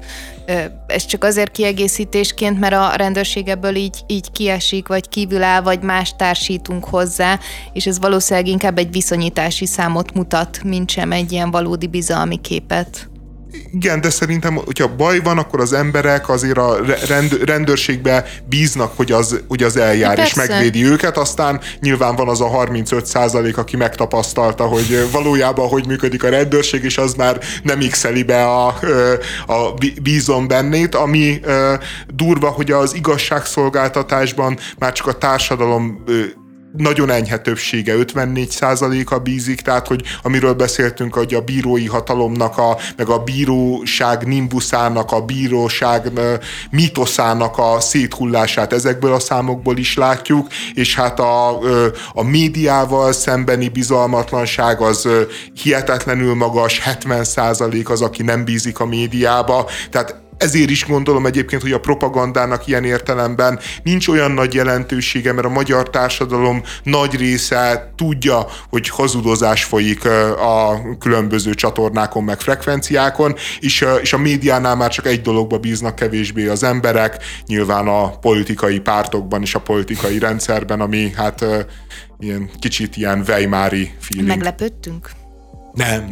Ez csak azért kiegészítésként, mert a rendőrség ebből így kiesik, vagy kívül áll, vagy más társítunk hozzá, és ez valószínűleg inkább egy viszonyítási számot mutat, mint sem egy ilyen valódi bizalmi képet. Igen, de szerintem, hogyha baj van, akkor az emberek azért a rendőrségbe bíznak, hogy az eljár, persze, és megvédi őket, aztán nyilván van az a 35%, aki megtapasztalta, hogy valójában hogy működik a rendőrség, és az már nem x-eli be a bízom bennét, ami durva, hogy az igazságszolgáltatásban már csak a társadalom nagyon enyhe többsége, 54%-a bízik, tehát hogy amiről beszéltünk, hogy a bírói hatalomnak, meg a bíróság nimbuszának, a bíróság mítoszának a széthullását ezekből a számokból is látjuk, és hát a médiával szembeni bizalmatlanság az hihetetlenül magas, 70% az, aki nem bízik a médiába, tehát ezért is gondolom egyébként, hogy a propagandának ilyen értelemben nincs olyan nagy jelentősége, mert a magyar társadalom nagy része tudja, hogy hazudozás folyik a különböző csatornákon, meg frekvenciákon, és a médiánál már csak egy dologba bíznak kevésbé az emberek, nyilván a politikai pártokban és a politikai rendszerben, ami hát ilyen kicsit ilyen weimári feeling. Meglepődtünk? Nem.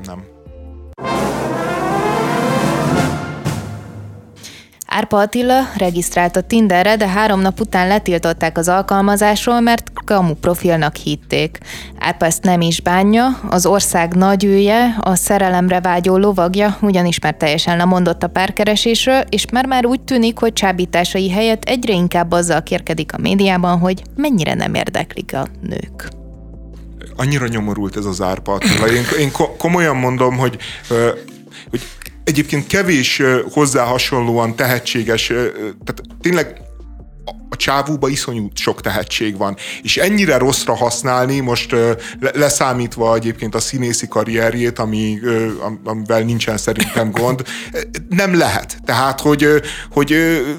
Árpa Attila regisztrált a Tinderre, de 3 nap után letiltották az alkalmazásról, mert kamu profilnak hitték. Árpa ezt nem is bánja, az ország nagyője, a szerelemre vágyó lovagja, ugyanis már teljesen lemondott a párkeresésről, és már úgy tűnik, hogy csábításai helyett egyre inkább azzal kérkedik a médiában, hogy mennyire nem érdeklik a nők. Annyira nyomorult ez az Árpa Attila. Én komolyan mondom, hogy egyébként kevés hozzá hasonlóan tehetséges, tehát tényleg a csávóba iszonyú sok tehetség van, és ennyire rosszra használni, most leszámítva egyébként a színészi karrierjét, amivel nincsen szerintem gond, nem lehet. Tehát, hogy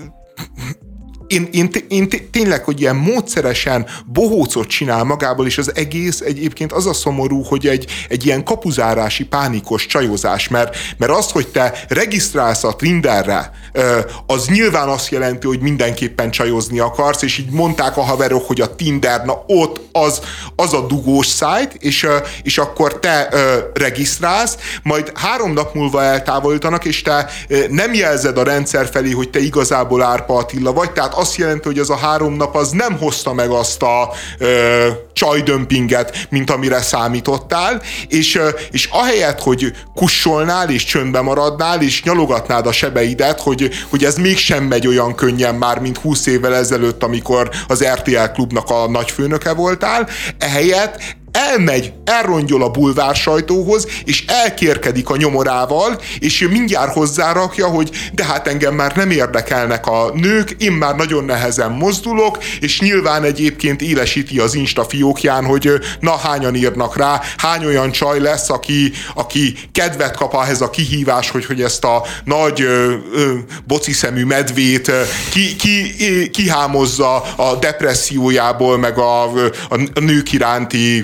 Én tényleg, hogy ilyen módszeresen bohócot csinál magából, és az egész egyébként az a szomorú, hogy egy ilyen kapuzárási, pánikos csajozás, mert az, hogy te regisztrálsz a Tinderre, az nyilván azt jelenti, hogy mindenképpen csajozni akarsz, és így mondták a haverok, hogy a Tinder, na ott az a dugós szájt, és akkor te regisztrálsz, majd 3 nap múlva eltávolítanak, és te nem jelzed a rendszer felé, hogy te igazából Árpa Attila vagy, tehát azt jelenti, hogy az a 3 nap az nem hozta meg azt a csajdömpinget, mint amire számítottál, és ahelyett, hogy kussolnál, és csöndbe maradnál, és nyalogatnád a sebeidet, hogy ez mégsem megy olyan könnyen már, mint 20 évvel ezelőtt, amikor az RTL Klubnak a nagyfőnöke voltál, ehelyett elrongyol a bulvár sajtóhoz, és elkérkedik a nyomorával, és mindjárt hozzárakja, hogy de hát engem már nem érdekelnek a nők, én már nagyon nehezen mozdulok, és nyilván egyébként élesíti az Insta fiókján, hogy na hányan írnak rá, hány olyan csaj lesz, aki kedvet kap ehhez a kihívás, hogy ezt a nagy bociszemű medvét kihámozza a depressziójából, meg a nők iránti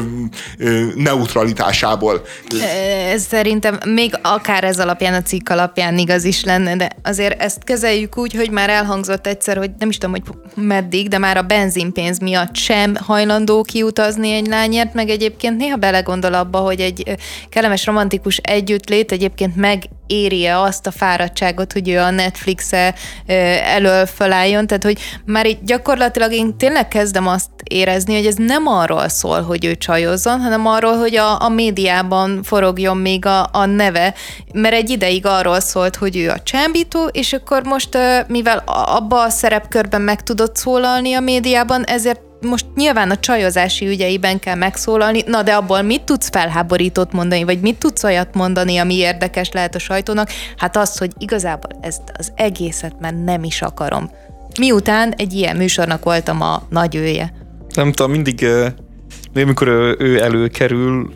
neutralitásából. Ez szerintem még akár ez alapján, a cikk alapján igaz is lenne, de azért ezt kezeljük úgy, hogy már elhangzott egyszer, hogy nem is tudom, hogy meddig, de már a benzinpénz miatt sem hajlandó kiutazni egy lányért, meg egyébként néha belegondol abba, hogy egy kellemes romantikus együttlét egyébként megéri-e azt a fáradtságot, hogy ő a Netflix-e elől felálljon, tehát hogy már így gyakorlatilag én tényleg kezdem azt érezni, hogy ez nem arról szól, hogy ő csajozzon, hanem arról, hogy a médiában forogjon még a neve, mert egy ideig arról szólt, hogy ő a csábító, és akkor most, mivel abba a szerepkörben meg tudott szólalni a médiában, ezért most nyilván a csajozási ügyeiben kell megszólalni, na de abból mit tudsz felháborítót mondani, vagy mit tudsz olyat mondani, ami érdekes lehet a sajtónak? Hát az, hogy igazából ezt az egészet már nem is akarom. Miután egy ilyen műsornak voltam a nagy ője. Nem tudom, mindig, amikor ő előkerül,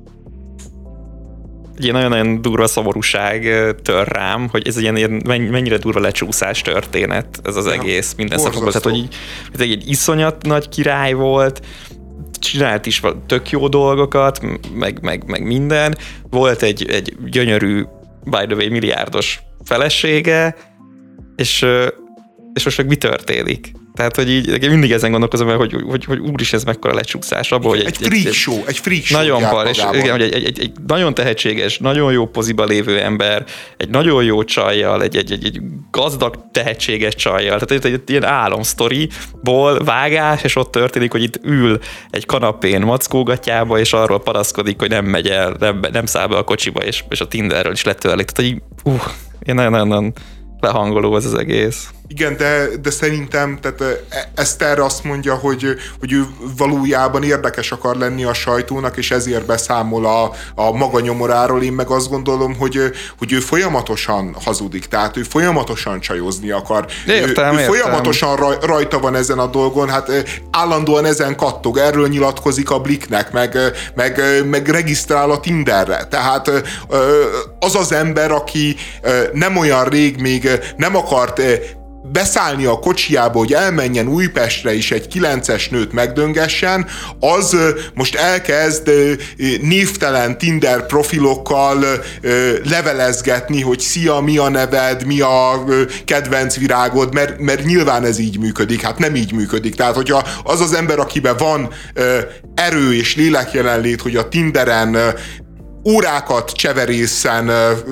egy ilyen nagyon-nagyon durva szomorúság tör rám, hogy ez egy ilyen mennyire durva lecsúszás történet, ez az egész minden szempontból. Tehát, hogy egy iszonyat nagy király volt, csinált is tök jó dolgokat, meg minden. Volt egy gyönyörű, by the way, milliárdos felesége, és most meg mi történik? Tehát, hogy így mindig ezen gondolkozom, hogy úris, ez mekkora lecsúszás abból, hogy egy freak show nagyon bal, és igen, hogy egy nagyon tehetséges, nagyon jó poziba lévő ember, egy nagyon jó csajjal, egy gazdag, tehetséges csajjal, tehát egy ilyen álomsztoriból vágás, és ott történik, hogy itt ül egy kanapén mackógatjába, és arról panaszkodik, hogy nem megy el, nem száll be a kocsiba, és a Tinderről is letörlik. Tehát, hogy ilyen nagyon lehangoló ez az egész. Igen, de szerintem tehát Eszter azt mondja, hogy ő valójában érdekes akar lenni a sajtónak, és ezért beszámol a maga nyomoráról. Én meg azt gondolom, hogy ő folyamatosan hazudik, tehát ő folyamatosan csajozni akar. Értem. Folyamatosan rajta van ezen a dolgon, hát állandóan ezen kattog, erről nyilatkozik a Blicknek, meg regisztrál a Tinderre. Tehát az az ember, aki nem olyan rég még nem akart beszállni a kocsiába, hogy elmenjen Újpestre is egy 9-es nőt megdöngessen, az most elkezd névtelen Tinder profilokkal levelezgetni, hogy szia, mi a neved, mi a kedvenc virágod, mert nyilván ez így működik, hát nem így működik. Tehát, hogyha az az ember, akiben van erő és lélekjelenlét, hogy a Tinderen órákat cseverészen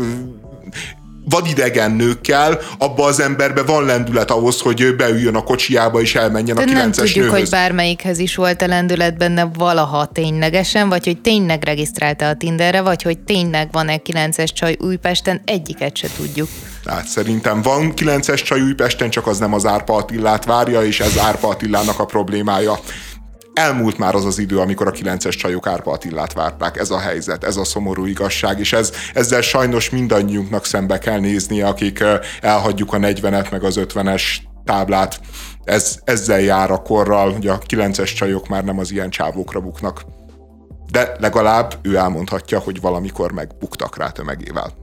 vadidegen nőkkel, abba az emberben van lendület ahhoz, hogy beüljön a kocsiába és elmenjen a 9-es nőhöz. Nem tudjuk, hogy bármelyikhez is volt-e lendület benne valaha ténylegesen, vagy hogy tényleg regisztrálta a Tinderre, vagy hogy tényleg van-e 9-es csaj Újpesten, egyiket se tudjuk. Hát szerintem van 9-es csaj Újpesten, csak az nem az Árpa Attilát várja, és ez Árpa Attilának a problémája. Elmúlt már az az idő, amikor a 9-es csajok Árpa Attilát várták. Ez a helyzet, ez a szomorú igazság, és ezzel sajnos mindannyiunknak szembe kell néznie, akik elhagyjuk a 40-et, meg az 50-es táblát. Ezzel jár a korral, hogy a 9-es csajok már nem az ilyen csávókra buknak. De legalább ő elmondhatja, hogy valamikor megbuktak rá tömegével.